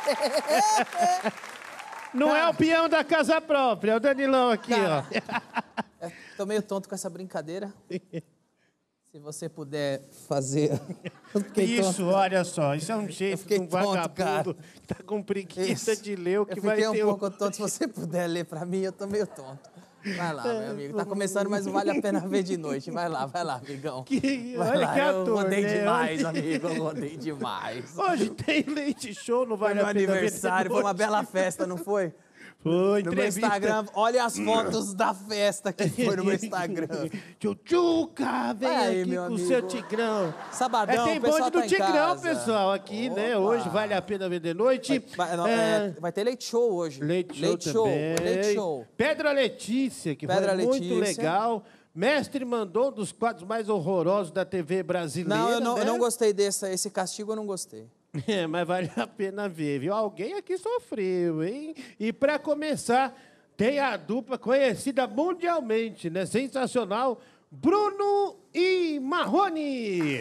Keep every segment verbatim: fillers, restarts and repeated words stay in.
Não é o peão da casa própria, é o Danilão aqui, Cara, ó. Eu tô meio tonto com essa brincadeira. Se você puder fazer... Isso, tonto. olha só, isso é um jeito de um tonto, vagabundo cara. que tá com preguiça Isso. de ler o que eu vai ter... Eu fiquei um o... pouco tonto. Se você puder ler pra mim, eu tô meio tonto. Vai lá, meu amigo. Tá começando, mas vale a pena ver de noite. Vai lá, vai lá, amigão. Que... Vai Olha lá. que ator, Eu rodei né? demais, amigo. Eu rodei demais. Hoje tem leite show, não Foi vale meu a pena ver de aniversário, foi uma noite. bela festa, não foi? Foi, No meu entrevista. Instagram, olha as fotos da festa que foi no meu Instagram. Tchutchuca, vem Aí, aqui meu com o amigo. seu Tigrão. Sabadão, é, tem o pessoal bonde do tá em Tigrão, casa. pessoal, aqui, né? Opa. Hoje vale a pena ver de noite. Vai, vai, não, É, é, vai ter leite show hoje. Leite show leite show, também. leite show. Pedra Letícia, que Pedra foi muito Letícia. legal. Mestre mandou um dos quadros mais horrorosos da T V brasileira. Não, eu não, né? eu não gostei desse, esse castigo, eu não gostei. É, mas vale a pena ver, viu? Alguém aqui sofreu, hein? E pra começar, tem a dupla conhecida mundialmente, né? Sensacional, Bruno e Marrone.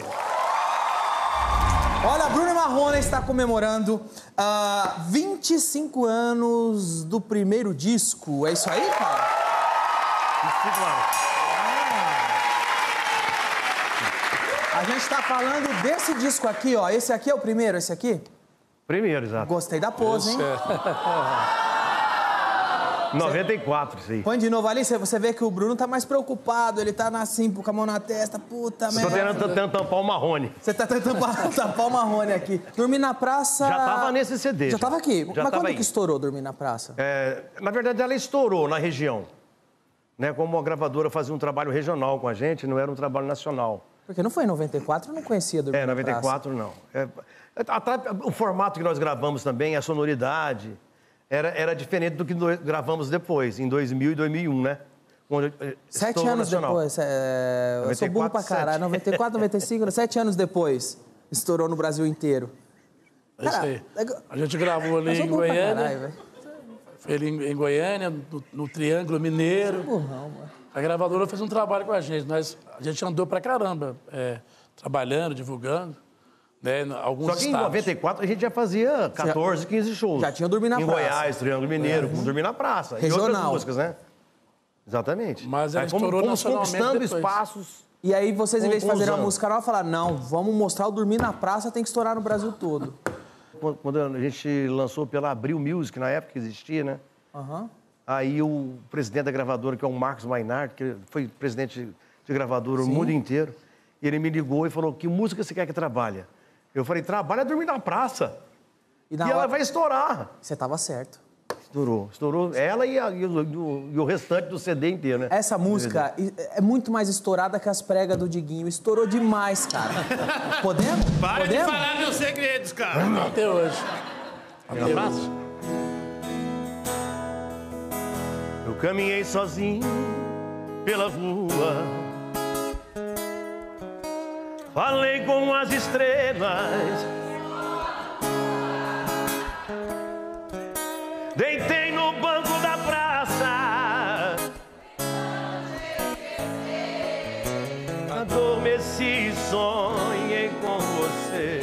Olha, Bruno Marrone está comemorando uh, vinte e cinco anos do primeiro disco. É isso aí, cara? A gente está falando desse disco aqui, ó. Esse aqui é o primeiro, esse aqui? Primeiro, exato. Gostei da pose, hein? noventa e quatro, sim. Põe de novo ali, você vê que o Bruno tá mais preocupado, ele tá assim, com a mão na testa, puta Tô merda. tentando, tentando tampar o Marrone. Você tá tentando tampar, tampar o Marrone aqui. Dormir na praça... Já tava nesse C D. Já tava aqui? Já Mas tava quando aí. que estourou Dormir na Praça? É, na verdade, ela estourou na região. Né? Como a gravadora fazia um trabalho regional com a gente, não era um trabalho nacional. Porque não foi em noventa e quatro, eu não conhecia Dormir É, na noventa e quatro Praça. não. É, a- o formato que nós gravamos também, a sonoridade, era, era diferente do que nós gravamos depois, em dois mil e dois mil e um, né? Quando, eh, Sete estourou anos nacional. depois, é... eu sou burro pra caralho, noventa e quatro, noventa e cinco, sete anos depois, estourou no Brasil inteiro. É isso aí. Cara, A gente gravou ali eu sou em burro pra Goiânia, caralho, velho. foi ali em, em Goiânia, no, no Triângulo Mineiro. Burrão, mano. A gravadora fez um trabalho com a gente. Nós, a gente andou pra caramba, é, trabalhando, divulgando, né, em alguns Só que em estados. noventa e quatro a gente já fazia quatorze, quinze shows. Já tinha Dormir na em Praça. Em Goiás, Triângulo Mineiro, com Dormir na Praça. E Regional. outras músicas, né? Exatamente. Mas ela Aí fomos, estourou fomos nacionalmente conquistando depois. espaços. E aí vocês, em vez de Com- com fazerem os uma anos. música nova, falaram, não, vamos mostrar o Dormir na Praça, tem que estourar no Brasil todo. Quando quando a gente lançou pela Abril Music, na época que existia, né? Aham. Aí o presidente da gravadora, que é o Marcos Mainart, que foi presidente de gravadora no mundo inteiro, ele me ligou e falou, que música você quer que trabalhe? Eu falei, trabalha Dormir na Praça. E, E, na ela hora... vai estourar. Você tava certo. Estourou. Estourou ela e, a- e o, e o- e o restante do C D inteiro, né? Essa música é muito mais estourada que as pregas do Diguinho. Estourou demais, cara. Podemos? Para Podemos? de falar meus segredos, cara. Até hoje. Até hoje. Eu caminhei sozinho pela rua, falei com as estrelas, deitei no banco da praça, adormeci e sonhei com você.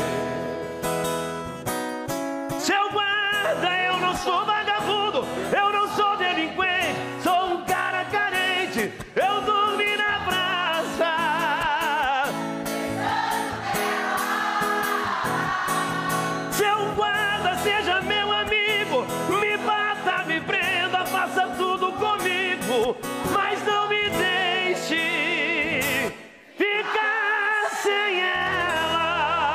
Seu guarda, eu não sou vagabundo, eu não sou delinquente, sou um cara carente, eu dormi na praça. Seu guarda, seja meu amigo, me bata, me prenda, faça tudo comigo, mas não me deixe ficar sem ela.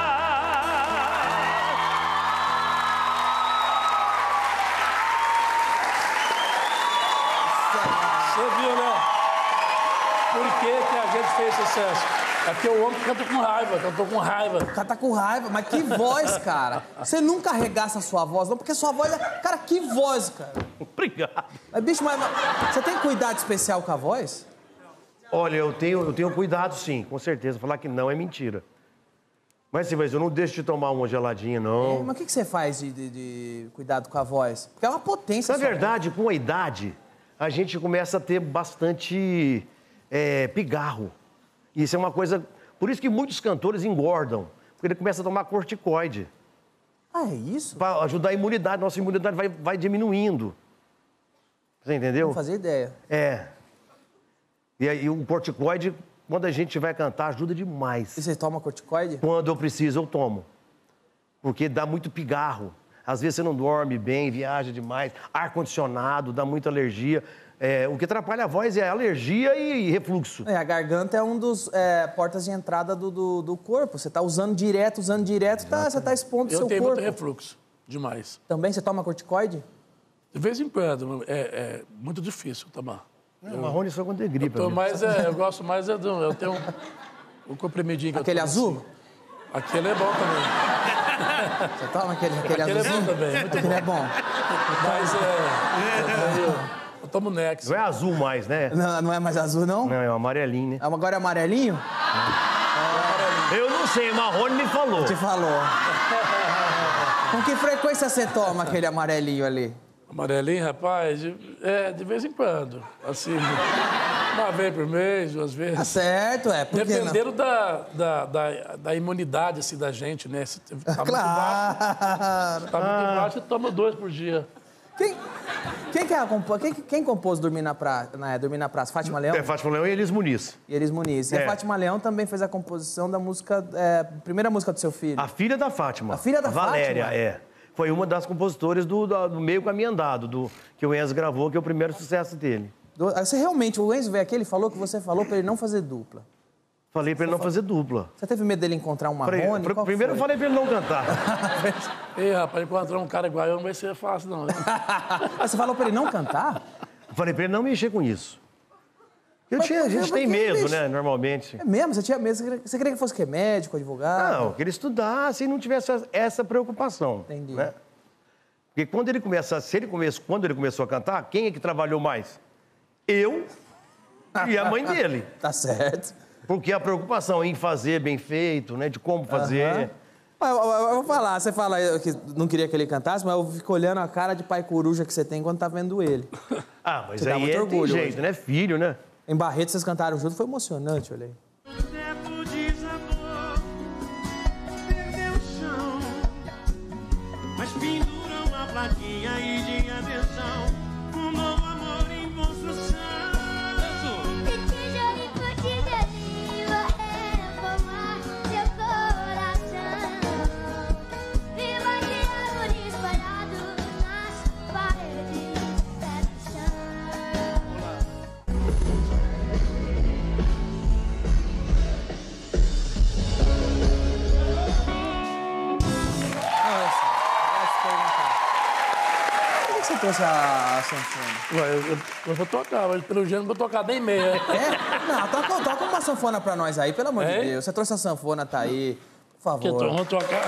Você viu, né? Por que, que a gente fez sucesso? É porque o homem canta com raiva, cantou com raiva. O cara tá com raiva, mas que voz, cara. Você nunca arregaça a sua voz, não, porque sua voz é... Cara, que voz, cara. Obrigado. Mas, bicho, mas, mas você tem cuidado especial com a voz? Olha, eu tenho, eu tenho cuidado, sim, com certeza. Falar que não é mentira. Mas, sim, mas eu não deixo de tomar uma geladinha, É, não. mas o que, que você faz de, de- de cuidado com a voz? Porque é uma potência. Na sua verdade, com a idade, a gente começa a ter bastante é, pigarro. Isso é uma coisa... Por isso que muitos cantores engordam. Porque ele começa a tomar corticoide. voz. Ah, é isso? Para ajudar a imunidade. Nossa imunidade vai, vai diminuindo. Você entendeu? Não fazia ideia. É. E aí o corticoide, quando a gente vai cantar, ajuda demais. E você toma corticoide? Quando eu preciso, eu tomo. Porque dá muito pigarro. Às vezes você não dorme bem, viaja demais, ar-condicionado, dá muita alergia. É, o que atrapalha a voz é alergia e refluxo. É, a garganta é um dos é, portas de entrada do, do, do corpo. Você tá usando direto, usando direto, tá, você tá expondo o seu Eu tenho corpo. muito refluxo, demais. Também você toma corticoide? De vez em quando, é, é muito difícil tomar. É, Marrone só quando é gripe. Eu, tô amigo. mais, é, eu gosto mais é do... Eu tenho um, um comprimidinho que Aquele eu tomo azul? Assim. Aquele é bom também. Você toma aquele, aquele, Aquele é azulzinho? bom também, muito Aquele é bom. Mas é... Eu, eu tomo Nex. Não é azul mais, né? Não, não é mais azul, não? Não, é um amarelinho, né? Agora é amarelinho? Eu não sei, Marrone me falou. Te falou. Com que frequência você toma aquele amarelinho ali? Amarelinho, rapaz, de, é, de vez em quando. Assim, uma vez por mês, duas vezes. Tá certo, é. Por que não? Dependendo da, da, da, da imunidade assim, da gente, né? Se tá muito baixo, Claro. tá muito baixo, você toma dois por dia. Quem, quem, que é a compo... quem, quem compôs Dormir na, pra... né, Dormir na Praça? Fátima Leão? É Fátima Leão e Elis Muniz. E Elis Muniz. E É. a Fátima Leão também fez a composição da música, é, primeira música do seu filho. A filha da Fátima. A filha da Valéria, Fátima? é. Foi uma das compositoras do, do, do Meio Caminho Andado, do, que o Enzo gravou, que é o primeiro sucesso dele. Do- Você realmente, o Enzo veio aqui, ele falou que você falou pra ele não fazer dupla. Falei pra ele não fazer dupla. Você teve medo dele encontrar um Falei- Marrone? pr- Qual primeiro eu foi? falei pra ele não cantar. Ei, rapaz, encontrar um cara igual eu não vai ser fácil, não. Né? Ah, você falou pra ele não cantar? Falei pra ele não mexer com isso. Eu Mas tinha, a por quê? gente Por tem que, medo, bicho? né, normalmente. É mesmo? Você tinha medo? Você queria, você queria que fosse que médico, advogado? Não, que ele estudasse e não tivesse essa- essa preocupação. Entendi. Né? Porque quando ele começa, se ele começa, quando ele começou a cantar, quem é que trabalhou mais? Eu e a mãe dele. Tá certo. Porque a preocupação em fazer bem feito, né, de como fazer. Mas Eu, eu- eu vou falar, você fala que não queria que ele cantasse, mas eu fico olhando a cara de pai coruja que você tem quando tá vendo ele. Ah, mas Você dá aí muito é, tem orgulho jeito, hoje. né? Filho, né? Em Barreto vocês cantaram junto, foi emocionante, olha aí. Teto desabou, perdeu o chão, mas penduram a plaquinha e de atenção, um novo amor em construção. E tijolo por tijolinho vai reformar seu coração. Viva de árvore espalhado nas paredes do chão. Olha só, eu te perguntar. Por que você trouxe a, a sanfona? Ué, eu, eu, eu vou tocar, mas pelo jeito eu vou tocar bem meia. É? Não, toca, toca uma sanfona pra nós aí, pelo amor de É? Deus. Você trouxe a sanfona, tá aí. Por Que eu favor. tô- vamos tocar.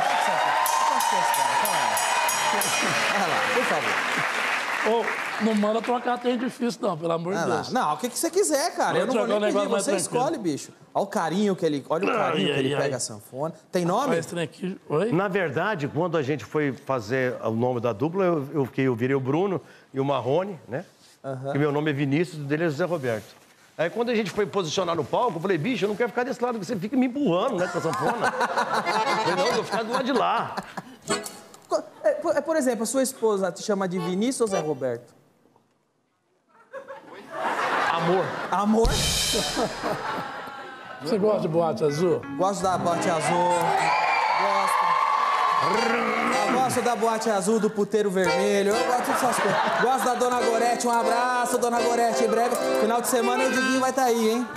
Vai lá, por favor. Ô, não manda tocar trem difícil, não, pelo amor de Vai lá. Deus. Não, o que, que você quiser, cara. Eu não vou Vamos nem jogar um pedir, negócio mais você tranquilo. escolhe, bicho. Olha o carinho que ele, olha o carinho Ai, que ele ai, pega ai. a sanfona. Tem nome? Mas esse trem aqui... Oi? Na verdade, quando a gente foi fazer o nome da dupla, eu, eu, fiquei- eu virei o Bruno e o Marrone, né? E meu nome é Vinícius, o dele é José Roberto. Aí quando a gente foi posicionar no palco, eu falei, bicho, eu não quero ficar desse lado, que você fica me empurrando, né, com a sanfona. Eu falei, não, eu vou ficar do lado de lá. Co- é, por, é, por exemplo, a sua esposa te chama de Vinícius ou Zé Roberto? Amor. Amor. Você gosta de boate azul? Gosto da boate azul. Gosto. Eu gosto da boate azul, do puteiro vermelho. Eu gosto dessas coisas. Gosto da Dona Gorete. Um abraço, Dona Gorete. Em breve, final de semana, o Diguinho vai estar aí, hein?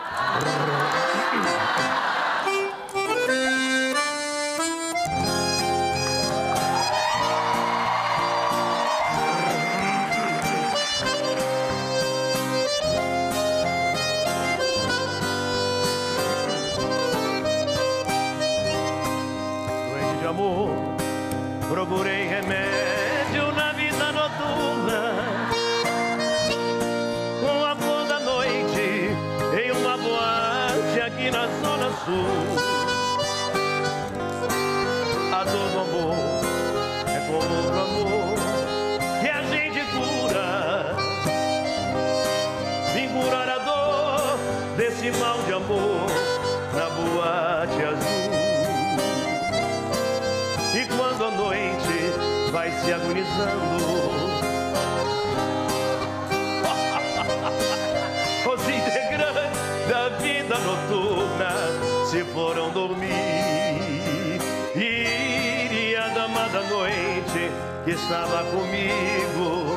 Doente de amor, procurei remédio na vida noturna. Com a flor da noite, em uma boate aqui na Zona Sul. A dor do amor é com outro amor que a gente cura. Vim curar a dor desse mal de amor na boate azul. E quando a vai se agonizando. Os integrantes da vida noturna se foram dormir. E a dama da noite que estava comigo,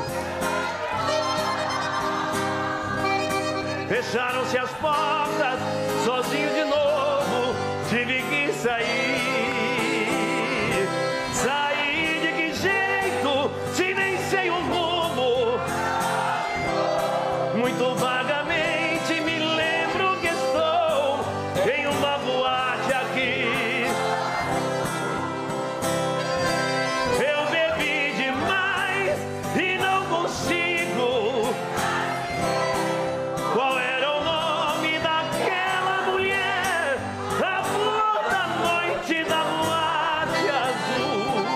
fecharam-se as portas, sozinho de novo, tive que sair. Sair de que jeito, se nem sei o rumo? Muito vagamente me lembro que estou em uma boate aqui. Eu bebi demais e não consigo. Qual era o nome daquela mulher? A flor da noite da boate azul.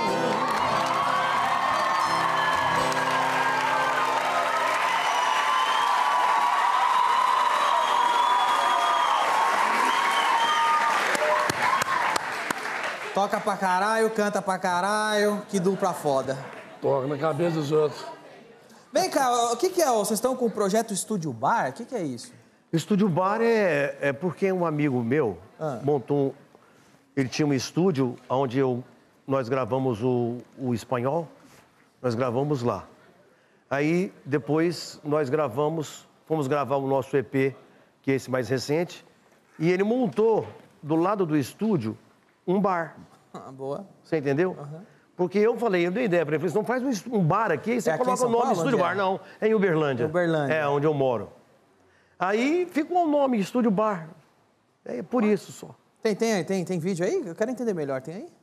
Toca pra caralho, canta pra caralho, que dupla foda. Toca na cabeça dos outros. Vem cá, o que que é? Vocês estão com o projeto Estúdio Bar? O que que é isso? Estúdio Bar é, é porque um amigo meu Ah. montou um... Ele tinha um estúdio onde eu, nós gravamos o, o espanhol, nós gravamos lá. Aí, depois, nós gravamos, fomos gravar o nosso E P, que é esse mais recente, e ele montou, do lado do estúdio, um bar. Ah, boa. Você entendeu? Porque eu falei, eu dei ideia pra ele, falei, não faz um, est- um bar aqui, aí você É aqui em coloca o São nome Paulo, Estúdio onde é? Bar. Não, é em Uberlândia. Uberlândia. É, onde eu moro. Aí ficou o nome Estúdio Bar. É por isso só. Tem, tem, tem, tem vídeo aí? Eu quero entender melhor. Tem aí?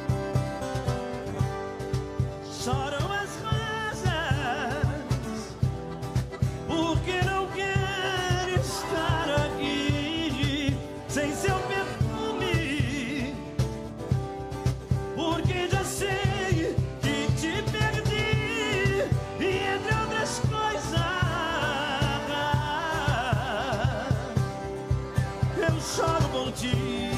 Choram as rosas, porque não quer estar aqui sem seu perfume, porque já sei que te perdi, e entre outras coisas, eu choro por ti.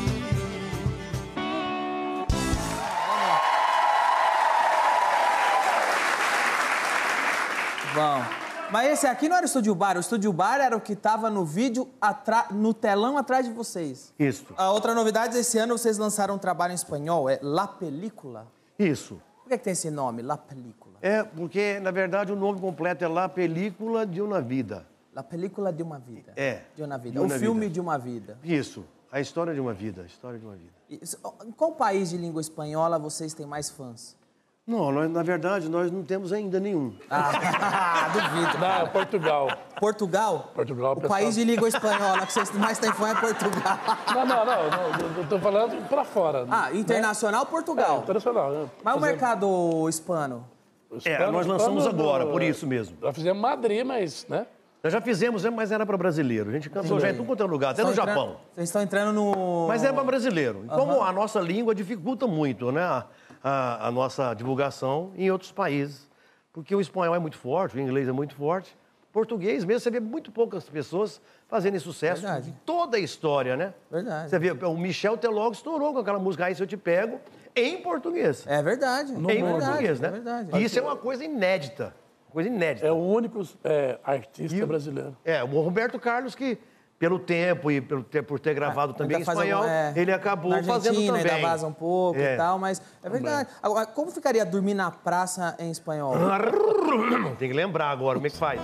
Bom. Mas esse aqui não era o Estúdio Bar. O Estúdio Bar era o que tava no vídeo, atra... no telão atrás de vocês. Isso. A outra novidade, esse ano vocês lançaram um trabalho em espanhol, é La Película. Isso. Por que, que tem esse nome, La Película? É porque, na verdade, o nome completo é La Película de uma Vida. La Película de uma Vida. É. De uma vida. De o uma filme vida. de uma vida. Isso. A história de uma vida. A história de uma vida. E, em qual país de língua espanhola vocês têm mais fãs? Não, nós, na verdade, nós não temos ainda nenhum. Ah, duvido. Não, é Portugal. Portugal? Portugal, O pessoal. país de língua espanhola que vocês mais têm fã é Portugal. Não, não, não, não, eu tô falando pra fora. Ah, internacional, né? Portugal. É, internacional. né? Mas o Fazemos- mercado hispano? É, Hispano- nós lançamos hispano, agora, no- por isso mesmo. Já fizemos Madrid, mas, né? Nós já fizemos, mas era para brasileiro. A gente cantou já em tudo quanto é lugar, até no Estão entrando- Japão. Vocês estão entrando no... Mas é para brasileiro. E como a nossa língua dificulta muito, né? A, a- a nossa divulgação em outros países. Porque o espanhol é muito forte, o inglês é muito forte. Português mesmo, você vê muito poucas pessoas fazendo sucesso Verdade. em toda a história, né? Verdade. Você vê, o Michel Teló estourou com aquela música Aí Se Eu Te Pego, em português. É verdade. em é verdade, português, né? É verdade. E isso é uma coisa inédita. Coisa inédita. É o único é, artista E o- brasileiro. É, o Roberto Carlos, que pelo tempo e pelo ter, por ter gravado também em Ainda faz espanhol, algum- é, ele acabou na fazendo Argentina também. ainda vaza um pouco É. e tal, mas é verdade. Agora, como ficaria dormir na praça em espanhol? Tem que lembrar agora, como é que faz?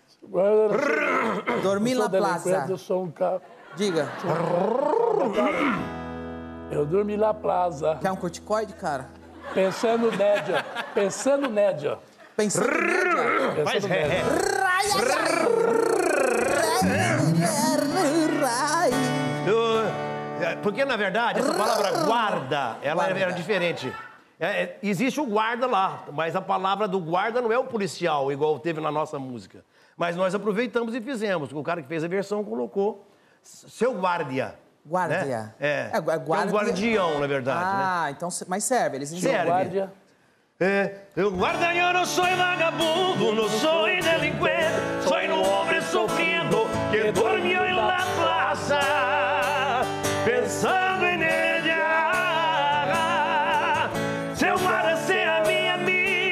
Dormir Eu na sou delinquente, plaza. eu sou um cara... Diga, Eu dormi na plaza, quer um corticoide, cara? pensando média, pensando média. Pensando em média. Faz Pensando ré, média. ré. Eu- é, Porque, na verdade, essa palavra guarda, ela Guarda. era diferente. É, é, existe o guarda lá, mas a palavra do guarda não é o policial, igual teve na nossa música. Mas nós aproveitamos e fizemos. O cara que fez a versão colocou seu guardia. Guardia. Né? É. É, gu- é Que é guardia. um guardião, na verdade, né? Ah, então... se- Mas serve, eles ensinam. Serve. Guardia. Eh, eu guarda, eu não sou vagabundo, não sou delinquente, sou um homem sofrendo que dormiu na praça, pensando em ella. Seu guarda ser a minha amiga.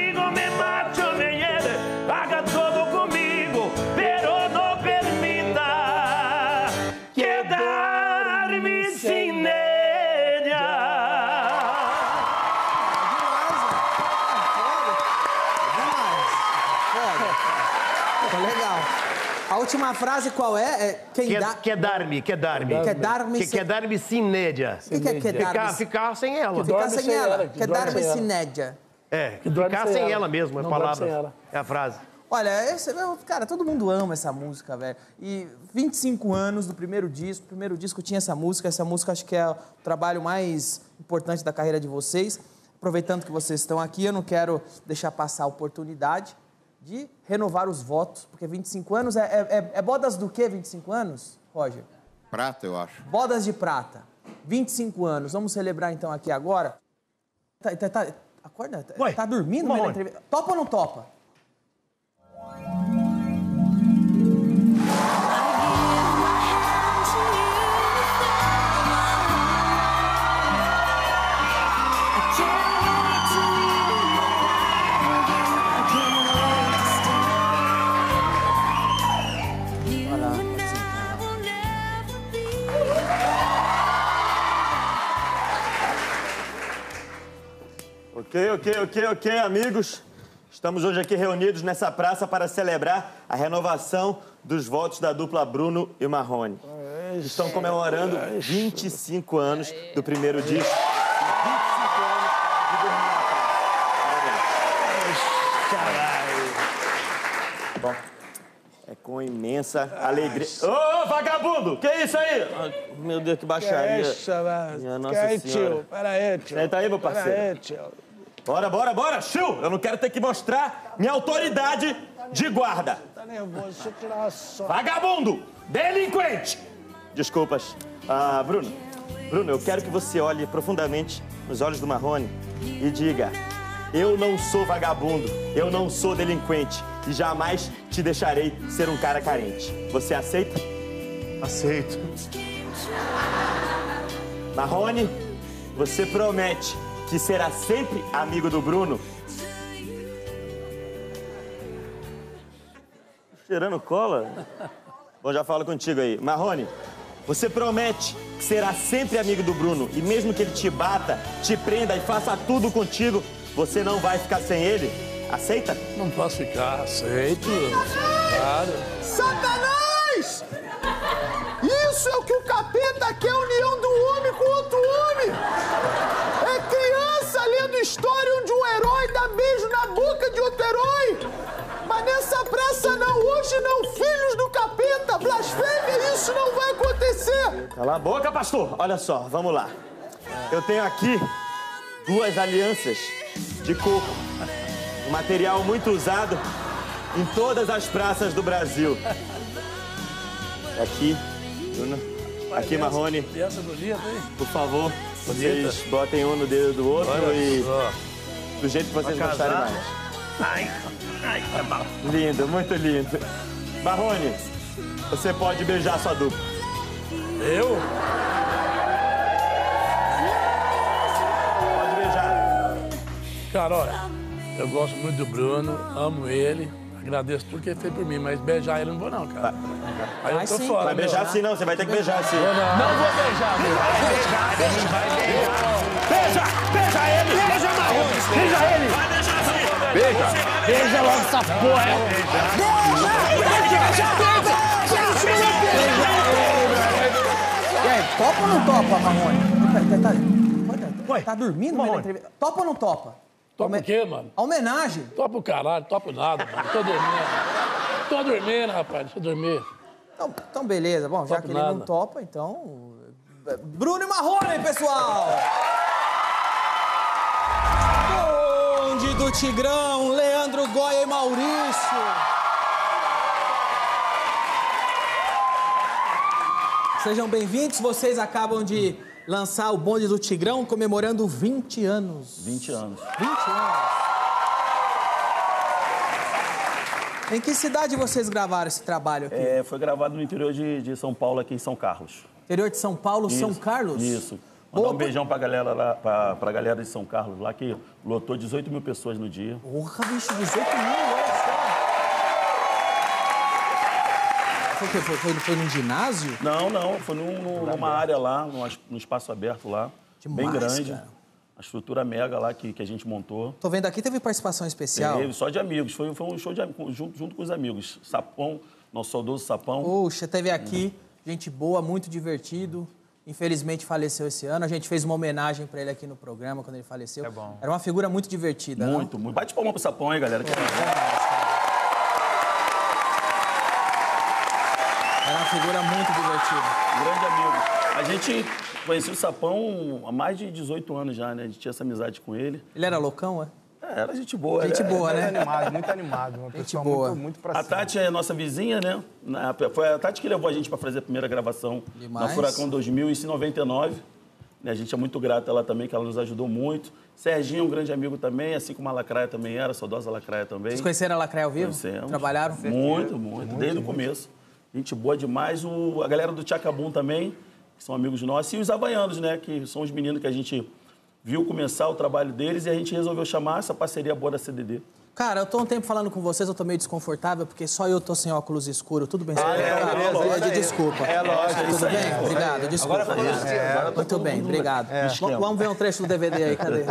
legal. A última frase qual é? É quem Quer, dá... quer dar-me, quer dar-me. Quer dar-me... Que, quer dar-me sinédia. O que, que é quer Ficar, dar-me... ficar sem ela. Ficar sem, sem ela. ela, que Quer dorme dar-me sem ela. sinédia. É, Que dorme ficar sem sem ela. ela mesmo, é Não a dorme palavra. sem ela. É a frase. Olha, esse, cara, todo mundo ama essa música, velho. E vinte e cinco anos do primeiro disco, o primeiro disco tinha essa música. Essa música acho que é o trabalho mais importante da carreira de vocês. Aproveitando que vocês estão aqui, eu não quero deixar passar a oportunidade de renovar os votos, porque vinte e cinco anos é, é, é bodas do quê, vinte e cinco anos, Roger? Prata, eu acho. Bodas de prata, vinte e cinco anos. Vamos celebrar então aqui agora. Tá, tá, tá, acorda, tá, Ué, tá dormindo uma no meio da hora. entrevista? Topa ou não topa? Ok, ok, ok, ok, amigos. Estamos hoje aqui reunidos nessa praça para celebrar a renovação dos votos da dupla Bruno e Marrone. Estão comemorando vinte e cinco anos do primeiro disco. vinte e cinco anos de Dormir na Praça. Bom, é com imensa alegria... Ô, vagabundo! Que isso aí? Ai, meu Deus, que baixaria. Minha Nossa Senhora. Pera aí, tio. Senta aí, meu parceiro. Pera aí, tio. Bora, bora, bora, Chiu! Eu não quero ter que mostrar minha autoridade de guarda. Tá nervoso, deixa eu tirar a só. Vagabundo! Delinquente! Desculpas. Ah, Bruno. Bruno, eu quero que você olhe profundamente nos olhos do Marrone e diga: eu não sou vagabundo, eu não sou delinquente e jamais te deixarei ser um cara carente. Você aceita? Aceito. Marrone, você promete que será sempre amigo do Bruno? Cheirando cola? Bom, já falo contigo aí. Marrone, você promete que será sempre amigo do Bruno e mesmo que ele te bata, te prenda e faça tudo contigo, você não vai ficar sem ele? Aceita? Não posso ficar, aceito. Claro. Satanás! Isso é o que o capeta quer, a união do homem com outro homem! É criança lendo história onde um herói dá beijo na boca de outro herói! Mas nessa praça não, hoje não, filhos do capeta, blasfêmia, isso não vai acontecer! Cala a boca, pastor! Olha só, vamos lá. Eu tenho aqui duas alianças de coco. Um material muito usado em todas as praças do Brasil. Aqui, Bruno. Aqui, Marrone. Aliança bonita, hein? Por favor, Bonita. vocês botem um no dedo do outro Olha e só. do jeito que vocês Vai gostarem casar? mais. Ai, ai, tá bom. Lindo, muito lindo. Marrone, você pode beijar sua dupla. Eu? Pode beijar. Cara, olha, eu gosto muito do Bruno, amo ele, agradeço tudo que ele fez por mim, mas beijar ele eu não vou não, cara. Aí Vai eu tô sim, fora. Vai meu. beijar sim, não. Você vai ter que beijar sim. Vou não. Não vou beijar, meu. Beija! Beija ele! Beija, Marrone! Beija ele! Vai beijar sim! Beija! Beija logo essa porra. E aí, topa ou não topa, Marrone? Tá, tá, Ué, tá dormindo no meio da Marrone. entrevista? Topa ou não topa? Topa o quê, mano? A homenagem. Topa o caralho, topa nada, mano. Tô dormindo. Tô dormindo, rapaz. Deixa eu dormir. Então, então beleza. Bom, já Topo que ele não nada. topa, então... Bruno e Marrone, pessoal! Bonde do Tigrão, Leandro Goya e Maurício. Sejam bem-vindos. Vocês acabam de lançar o Bonde do Tigrão, comemorando vinte anos. vinte anos. vinte anos. Em que cidade vocês gravaram esse trabalho aqui? É, foi gravado no interior de, de São Paulo, aqui em São Carlos. Interior de São Paulo, São Isso, Carlos? Isso. Boa, Mandar um beijão pra galera lá, pra, pra galera de São Carlos lá, que lotou dezoito mil pessoas no dia. Porra, bicho, dezoito mil, olha só. Foi, o quê? foi, foi, foi num ginásio? Não, não, foi num, num- numa área lá, num, es- num espaço aberto lá, Demais, bem grande. cara. estrutura mega lá que, que a gente montou. Tô vendo aqui, teve participação especial. Teve, só de amigos. Foi, foi um show de, junto, junto com os amigos. Sapão, nosso saudoso Sapão. Puxa, teve aqui, gente boa, muito divertido. Infelizmente faleceu esse ano. A gente fez uma homenagem pra ele aqui no programa quando ele faleceu. É bom. Era uma figura muito divertida, Muito, não? muito. Bate palma pro Sapão aí, galera. Era uma figura muito divertida. Grande amigo. A gente conhecia o Sapão há mais de dezoito anos já, né? A gente tinha essa amizade com ele. Ele era loucão, é? É, era gente boa. Gente ele boa, era, né? Muito animado, muito animado. Uma Gente pessoa boa. muito, muito pra A cima. Tati é nossa vizinha, né? Na- Foi a Tati que levou a gente para fazer a primeira gravação Demais. na Furacão dois mil, isso em noventa e nove. Né, a gente é muito grato a ela também, que ela nos ajudou muito. Serginho é um grande amigo também, assim como a Lacraia também era, a saudosa Lacraia também. Vocês conheceram a Lacraia ao vivo? Conhecemos. Trabalharam? Muito, muito, desde o começo. Gente boa demais. O, a galera do Tchacabum também, que são amigos nossos. E os Havaianos, né? Que são os meninos que a gente viu começar o trabalho deles e a gente resolveu chamar essa parceria boa da C D D. Cara, eu tô um tempo falando com vocês, eu tô meio desconfortável, porque só eu tô sem óculos escuro. Tudo bem? Ah, é, Tá, beleza, eu isso pedi aí. desculpa. É lógico, Tudo isso aí, bem? isso aí. Obrigado, desculpa. Agora falou assim, agora tá Muito todo bem, mundo obrigado. no esquema. Vamos ver um trecho do D V D aí, cadê?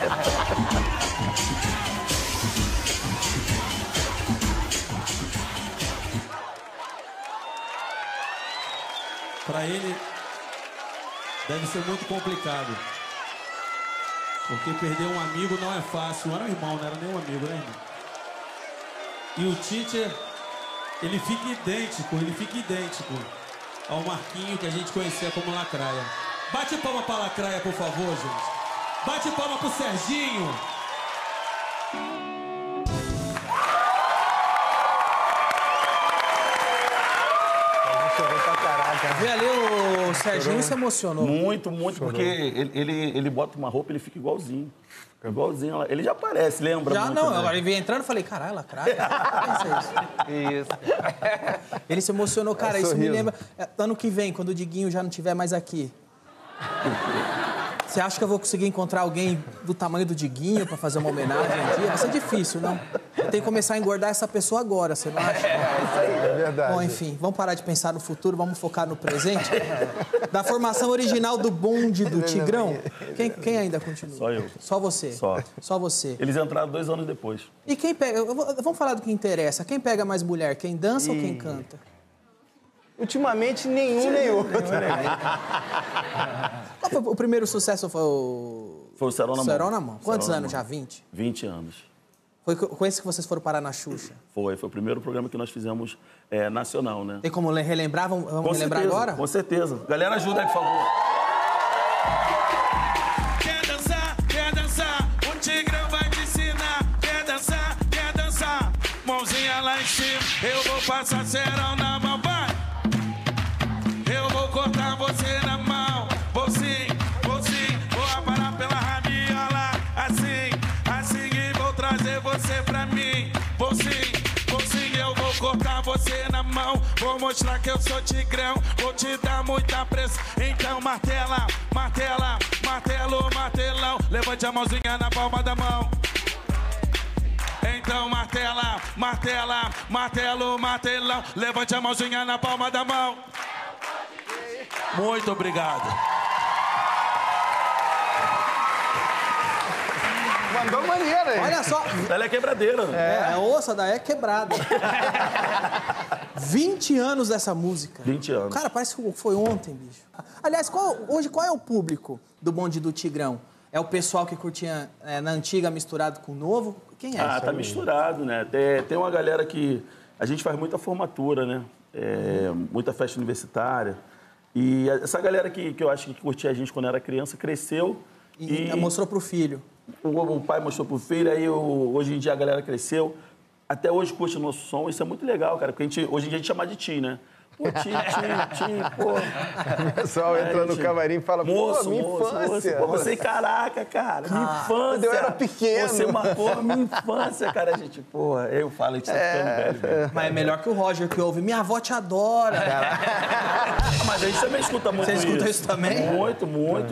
Para ele, deve ser muito complicado. Porque perder um amigo não é fácil. Não era um irmão, não era nem um amigo, né, irmão? E o Tite, ele fica idêntico, ele fica idêntico ao Marquinho que a gente conhecia como Lacraia. Bate palma pra Lacraia, por favor, gente. Bate palma pro Serginho. Vê ali o Serginho se emocionou. Muito, muito, porque ele, ele, ele bota uma roupa e ele fica igualzinho. Igualzinho. Ele já aparece, lembra? Já muito, não, né? agora ele veio entrando e falei, caralho, Lacraia? Isso. Ele se emocionou, cara, É isso me sorriso. lembra. é, Ano que vem, quando o Diguinho já não estiver mais aqui. Você acha que eu vou conseguir encontrar alguém do tamanho do Diguinho pra fazer uma homenagem um dia? Vai ser difícil, não? Eu tenho que começar a engordar essa pessoa agora, você não acha? É verdade. Bom, enfim, vamos parar de pensar no futuro, vamos focar no presente. Da formação original do bonde do Tigrão, quem, quem ainda continua? Só eu. Só você? Só. Só você. Eles entraram dois anos depois. E quem pega... eu vou- Vamos falar do que interessa. Quem pega mais mulher? Quem dança ou quem canta? Ultimamente, nenhum nem outro. Qual foi o primeiro sucesso? Foi o... Foi o Serol na Mão. Serol na Mão. Quantos Serol na anos Mão. já? vinte? vinte anos. Foi co- com esse que vocês foram parar na Xuxa? Foi, foi o primeiro programa que nós fizemos é, nacional, né? Tem como le- relembrar? Vamos, vamos Com relembrar certeza, agora? com certeza. Galera, ajuda aí, por favor. Quer dançar, quer dançar, o Tigrão vai te ensinar. Quer dançar, quer dançar, mãozinha lá em cima. Eu vou passar cerol na mão, vai. Eu vou cortar você na mão. Vou sim, vou sim, vou aparar pela rabiola. Assim, assim e vou trazer você pra mim. Vou sim, vou sim, eu vou cortar você na mão. Vou mostrar que eu sou Tigrão, vou te dar muita pressão. Então martela, martela, martelo, martelão. Levante a mãozinha na palma da mão. Então martela, martela, martelo, martelão. Levante a mãozinha na palma da mão. Muito obrigado. Mandou maneiro aí. Olha só. Ela é quebradeira. É, a ossa da é quebrada. vinte anos dessa música. vinte anos. Cara, parece que foi ontem, bicho. Aliás, qual- hoje qual é o público do bonde do Tigrão? É o pessoal que curtia é, na antiga misturado com o novo? Quem é? Ah, tá misturado, né? Tem, tem uma galera que... A gente faz muita formatura, né? É, muita festa universitária. E essa galera que, que eu acho que curtia a gente quando era criança cresceu E, e... mostrou pro filho. O, o pai mostrou pro filho, aí o- hoje em dia a galera cresceu. Até hoje curte o nosso som, isso é muito legal, cara. Porque a gente, hoje em dia a gente chama de Tim, né? Pô, Tim, Tim, Tim, pô. O pessoal entra no gente, camarim e fala, moço, pô, minha moço, infância. moço, pô, você, caraca, cara, minha infância. quando eu era pequeno. Você marcou a minha infância, cara. A gente, porra, eu falo, a gente tá ficando velho, velho. Mas é melhor que o Roger, que ouve. Minha avó te adora. Mas a gente também escuta muito Você isso. escuta isso também? Muito, muito.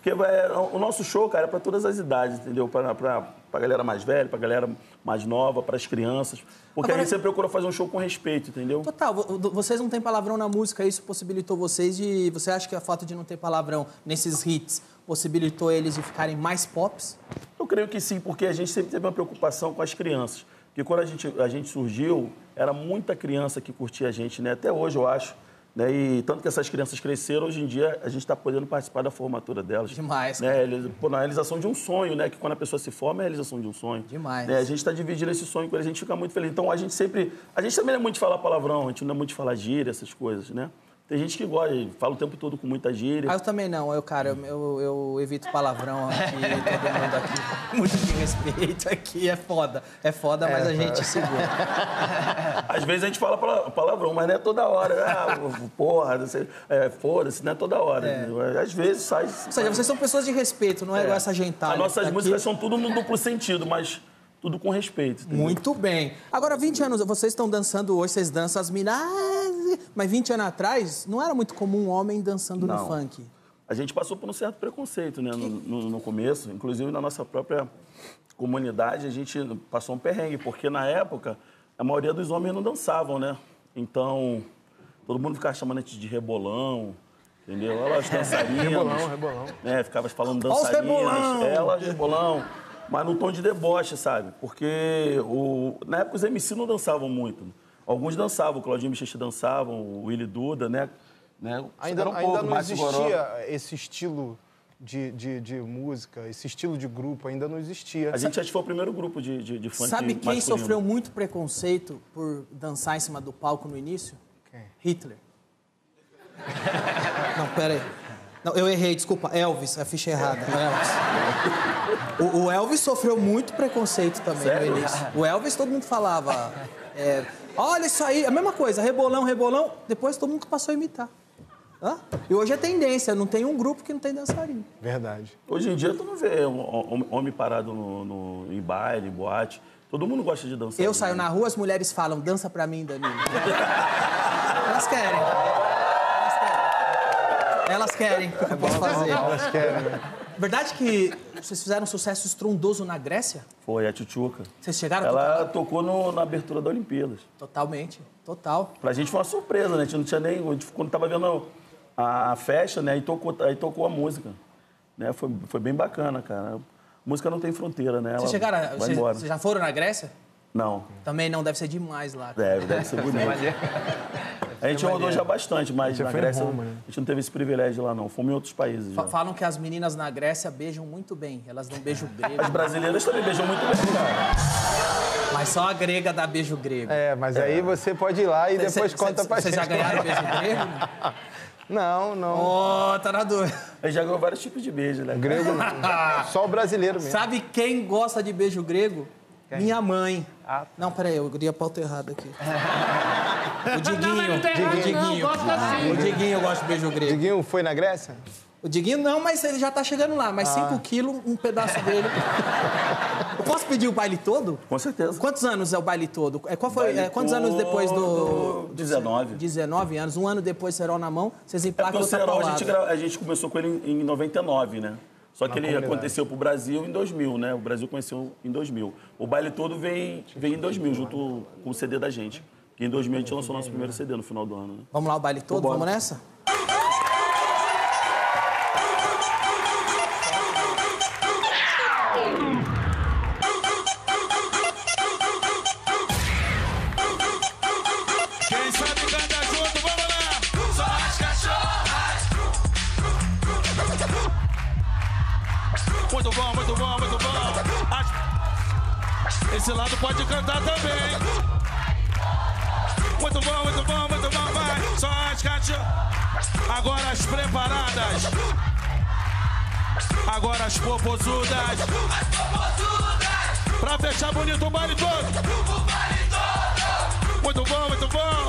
Porque é, o nosso show, cara, é para todas as idades, entendeu? Para a galera mais velha, para a galera mais nova, para as crianças. Porque Agora, a gente sempre procura fazer um show com respeito, entendeu? Total, vocês não têm palavrão na música, isso possibilitou vocês de... Você acha que a fato de não ter palavrão nesses hits possibilitou eles de ficarem mais pops? Eu creio que sim, porque a gente sempre teve uma preocupação com as crianças. Porque quando a gente, a gente surgiu, era muita criança que curtia a gente, né? Até hoje, eu acho. Né? E tanto que essas crianças cresceram, hoje em dia a gente está podendo participar da formatura delas. Demais, né? Eles, pô, na realização de um sonho, né? Que quando a pessoa se forma, é a realização de um sonho. Demais. Né? A gente está dividindo esse sonho com eles, a gente fica muito feliz. Então a gente sempre... A gente também não é muito de falar palavrão, a gente não é muito de falar gíria, essas coisas, né? Tem gente que gosta, fala o tempo todo com muita gíria. Ah, eu também não. Eu, cara, eu, eu, eu evito palavrão aqui, todo mundo aqui. Muito de respeito aqui, é foda. É foda, mas É, a gente segura. Às vezes a gente fala pala- palavrão, mas não é toda hora. Ah, porra, não sei, é, foda-se, não é toda hora. É. Às vezes sai... Ou seja, vocês são pessoas de respeito, não é, igual essa gentalha. As nossas que tá músicas aqui. são tudo no duplo sentido, mas tudo com respeito. Entendeu? Muito bem. Agora, vinte anos, vocês estão dançando hoje, vocês dançam as minas... Mas vinte anos atrás, não era muito comum um homem dançando Não. no funk. A gente passou por um certo preconceito, né, no, no- no começo. Inclusive, na nossa própria comunidade, a gente passou um perrengue, porque na época, a maioria dos homens não dançavam, né? Então, todo mundo ficava chamando a gente de rebolão, entendeu? Olha as dançarinas. Rebolão, rebolão. Né, ficava falando Olha os dançarinas, rebolão. ela de rebolão. Mas no tom de deboche, sabe? Porque o, na época os M C não dançavam muito. Alguns dançavam, o Claudinho Bichechi dançavam, o Willy Duda, né? né? Ainda, Era um ainda pouco, não Márcio Goró. existia esse estilo de, de, de música, esse estilo de grupo, ainda não existia. A gente acho que foi o primeiro grupo de, de, de funk Sabe quem masculino. sofreu muito preconceito por dançar em cima do palco no início? Quem? Hitler. Não, pera aí. Não, eu errei, desculpa. Elvis, a ficha errada. Elvis. O, o Elvis sofreu muito preconceito também Sério? no início. O Elvis, todo mundo falava... é, olha isso aí, a mesma coisa, rebolão, rebolão. Depois todo mundo passou a imitar. Hã? E hoje é tendência, não tem um grupo que não tem dançarino. Verdade. Hoje em dia, tu não vê um homem, homem parado no, no- em baile, em boate. Todo mundo gosta de dançar. Eu saio na rua, as mulheres falam, dança pra mim, Danilo. Elas querem. Elas querem. Elas querem. O que eu posso fazer? Elas querem, né? Verdade que vocês fizeram um sucesso estrondoso na Grécia? Foi, a Tchutchuca. Vocês chegaram a Ela tocar? tocou no- na abertura da Olimpíadas. Totalmente. Total. Pra gente foi uma surpresa, né? A gente não tinha nem... A gente, quando tava vendo a, a festa, né? Aí tocou, aí tocou a música. Né? Foi, foi bem bacana, cara. Música não tem fronteira, né? Ela Vocês chegaram... a- vai Vocês, embora. vocês já foram na Grécia? Não. Também não, deve ser demais lá. Deve, deve ser bonito. A gente rodou já bastante, mas Já na foi em Grécia Roma, né? a gente não teve esse privilégio lá, não. Fomos em outros países já. Fa- Falam que as meninas na Grécia beijam muito bem. Elas dão beijo grego. As brasileiras também beijam muito bem, cara. Mas só a grega dá beijo grego. É, mas aí você pode ir lá e Cê- depois cê- conta cê- pra Vocês gente. já ganharam beijo grego? Não, não. Ó, tá na dúvida. A gente já ganhou vários tipos de beijo, né? Grego não. Só o brasileiro mesmo. Sabe quem gosta de beijo grego? Minha mãe. Não, peraí, eu dei a pauta errada aqui. O Diguinho. mas não tem errado, O Diguinho. não, gosta assim. O Diguinho gosta de beijo grego. Diguinho foi na Grécia? O Diguinho não, mas ele já tá chegando lá. Mais cinco quilos, um pedaço dele. Eu posso pedir o baile todo? Com certeza. Quantos anos é o baile todo? É, qual foi, Baile é, quantos anos depois do... dezenove. dezenove anos. Um ano depois, Serol na mão, vocês É emplacam porque o outra Serol, a paulada. gente, gra- a gente começou com ele em, em noventa e nove, né? Só que ele comunidade. aconteceu pro Brasil em dois mil, né? O Brasil conheceu em dois mil. O baile todo veio, veio em dois mil, junto com o C D da gente. E em dois mil a gente lançou nosso primeiro C D no final do ano, né? Vamos lá, o baile todo? Vambora. Vamos nessa? Quem sabe canta junto, vamos lá! Só as cachorras! Muito bom, muito bom, muito bom! As- Esse lado pode cantar também! Muito bom, muito bom, muito bom, vai! Só as cachorras! Agora as preparadas! Agora as popozudas! As popozudas! Pra fechar bonito o baile todo! O baile todo! Muito bom, muito bom!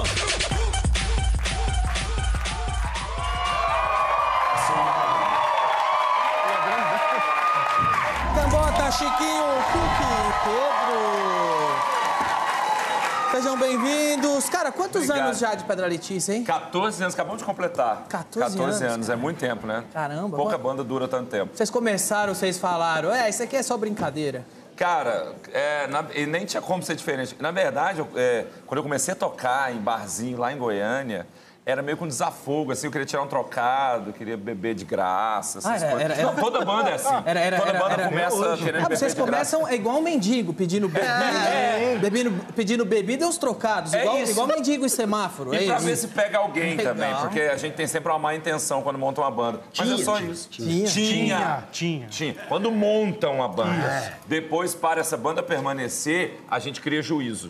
Cambota, Chiquinho, Cookie, Pedro. Sejam bem-vindos. Cara, Cara, quantos Obrigado. anos já de Pedra Letícia, hein? quatorze anos, acabamos de completar. quatorze quatorze anos, anos, é muito tempo, né? Caramba. Pouca quant- banda dura tanto tempo. Vocês começaram, vocês falaram, é, isso aqui é só brincadeira. Cara, é, na- e nem tinha como ser diferente. Na verdade, eu, é, quando eu comecei a tocar em barzinho lá em Goiânia, era meio que um desafogo, assim, eu queria tirar um trocado, eu queria beber de graça, essas Ah, era- coisas. era- Não, toda banda é assim. Era, era, toda era, banda era, começa era- querendo Ah, beber vocês de graça. começam igual um mendigo, pedindo bebida, É. bebendo, pedindo bebida e uns trocados, É igual, isso. igual mendigo em semáforo. E é pra isso. ver se pega alguém Legal. também, porque a gente tem sempre uma má intenção quando monta uma banda. Mas Tinha, é só tinha, isso. tinha. Tinha. Tinha. Tinha. Quando montam uma banda, depois para essa banda permanecer, a gente cria juízo.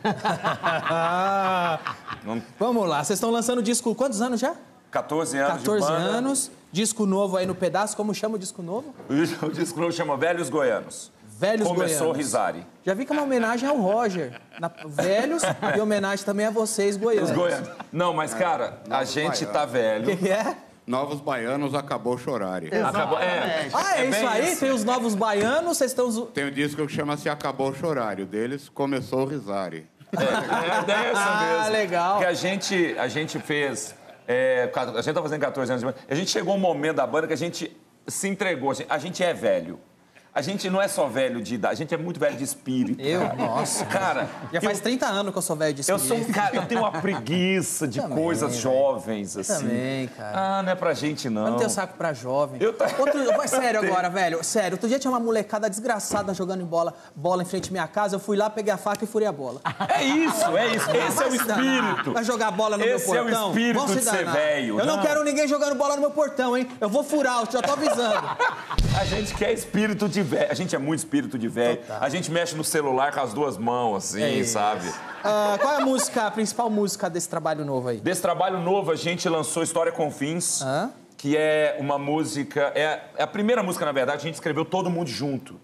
Não- Vamos lá, vocês estão lançando disco, quantos anos já? quatorze anos quatorze de banda. anos, disco novo aí no pedaço, como chama o disco novo? O disco novo chama Velhos Goianos. Velhos Começou Goianos. Rizari. Já vi que é uma homenagem ao Roger, na- velhos, e homenagem também a vocês, goianos. Os goianos. Não, mas, cara, a Novos gente baianos. tá O velho. que, que é? Novos Baianos acabou chorare. Acabou, é, Ah, é, é isso bem aí? isso. Tem os novos baianos, vocês estão... zo- Tem um disco que chama-se Acabou Chorário. Deles começou o Risari. É, é dessa Ah, mesmo. legal. Que a gente, a gente fez... é, a gente tá fazendo quatorze anos de banda. A gente chegou um momento da banda que a gente se entregou. A gente, a gente é velho. A gente não é só velho de idade, a gente é muito velho de espírito. Eu? cara. Nossa. Cara, Já faz trinta anos que eu sou velho de eu espírito. sou um cara, eu tenho uma preguiça de Também, coisas velho. jovens, assim. Também, cara. Ah, não é pra gente, não. Eu não tenho saco pra jovem. Eu tá- Outro, vai sério Tem. agora, velho. Sério, outro dia tinha uma molecada desgraçada jogando em bola, bola em frente à minha casa. Eu fui lá, peguei a faca e furei a bola. É isso, é isso. Esse é Vai o se danar. espírito. Vai jogar bola no Esse meu é o portão? espírito Vão se de ser danar. velho. Eu não, Não. quero ninguém jogando bola no meu portão, hein? Eu vou furar, eu já tô avisando. A gente quer espírito de velho. A gente é muito espírito de velho. A gente mexe no celular com as duas mãos, assim, É isso. sabe? Ah, qual é a música, a principal música desse trabalho novo aí? Desse trabalho novo, a gente lançou História com Fins, Hã? que é uma música... É, é a primeira música, na verdade, a gente escreveu todo mundo junto.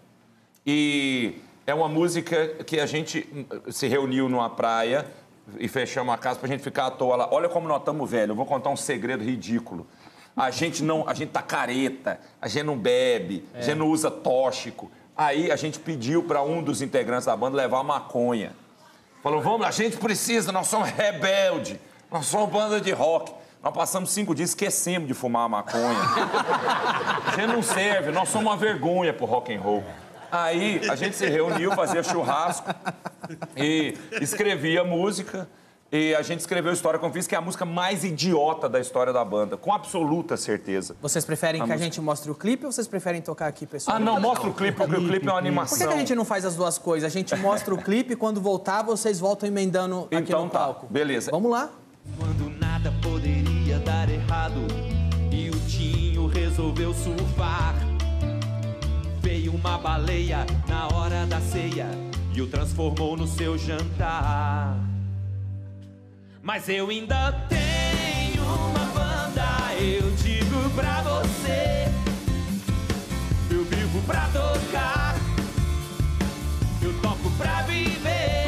E é uma música que a gente hum, se reuniu numa praia e fechamos a casa pra gente ficar à toa lá. Olha como nós estamos velhos. Eu vou contar um segredo ridículo. A gente não... A gente tá careta, a gente não bebe, a gente não usa tóxico. Aí a gente pediu para um dos integrantes da banda levar maconha. Falou, vamos, a gente precisa, nós somos rebelde, nós somos banda de rock. Nós passamos cinco dias, esquecemos de fumar a maconha. A gente não serve, nós somos uma vergonha pro rock and roll. Aí a gente se reuniu, fazia churrasco e escrevia música. E a gente escreveu História com Fins, que é a música mais idiota da história da banda, com absoluta certeza. Vocês preferem A que a música- gente mostre o clipe ou vocês preferem tocar aqui, pessoal? Ah, não, mostra o clipe, porque o clipe é uma animação. Por que, que a gente não faz as duas coisas? A gente mostra o clipe e quando voltar, vocês voltam emendando aqui Então no tá, palco. beleza. Vamos lá? Quando nada poderia dar errado e o Tinho resolveu surfar, veio uma baleia na hora da ceia e o transformou no seu jantar. Mas eu ainda tenho uma banda, eu digo pra você, eu vivo pra tocar, eu toco pra viver.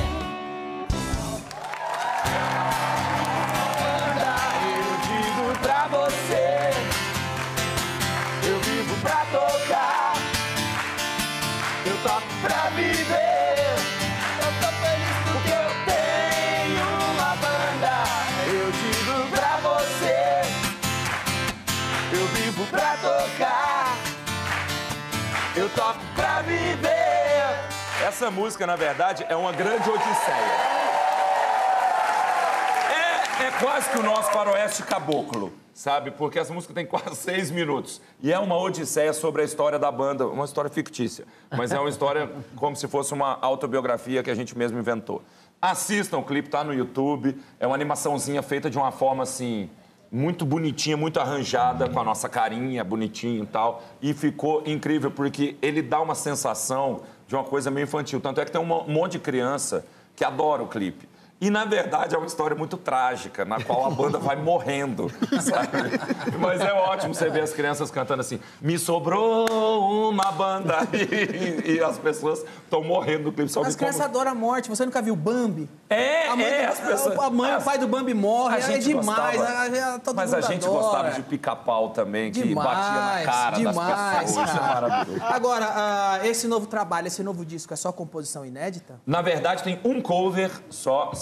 Eu digo pra você, eu vivo pra tocar, eu toco pra viver. Eu tô feliz porque eu tenho uma banda. Eu digo pra você, eu vivo pra tocar, eu toco pra viver. Essa música, na verdade, é uma grande odisseia. É, é quase que o nosso faroeste caboclo, sabe? Porque essa música tem quase seis minutos. E é uma odisseia sobre a história da banda, uma história fictícia. Mas é uma história como se fosse uma autobiografia que a gente mesmo inventou. Assistam, o clipe tá no YouTube. É uma animaçãozinha feita de uma forma, assim, muito bonitinha, muito arranjada, com a nossa carinha, bonitinho e tal. E ficou incrível, porque ele dá uma sensação de uma coisa meio infantil. Tanto é que tem um monte de criança que adora o clipe. E, na verdade, é uma história muito trágica, na qual a banda vai morrendo, sabe? Mas é ótimo você ver as crianças cantando assim, me sobrou uma banda, e, e as pessoas estão morrendo no clipe. Só As que crianças como... adoram a morte. Você nunca viu Bambi? É, a mãe, é, do- as pessoas- A mãe, o pai do Bambi morre, A é gente demais. gostava. é- é- todo Mas a mundo gente adora. gostava de pica-pau também, que Demais, batia na cara demais, das pessoas. Isso é cara. maravilhoso. Agora, ah, esse novo trabalho, esse novo disco, é só composição inédita? Na verdade, tem um cover só, são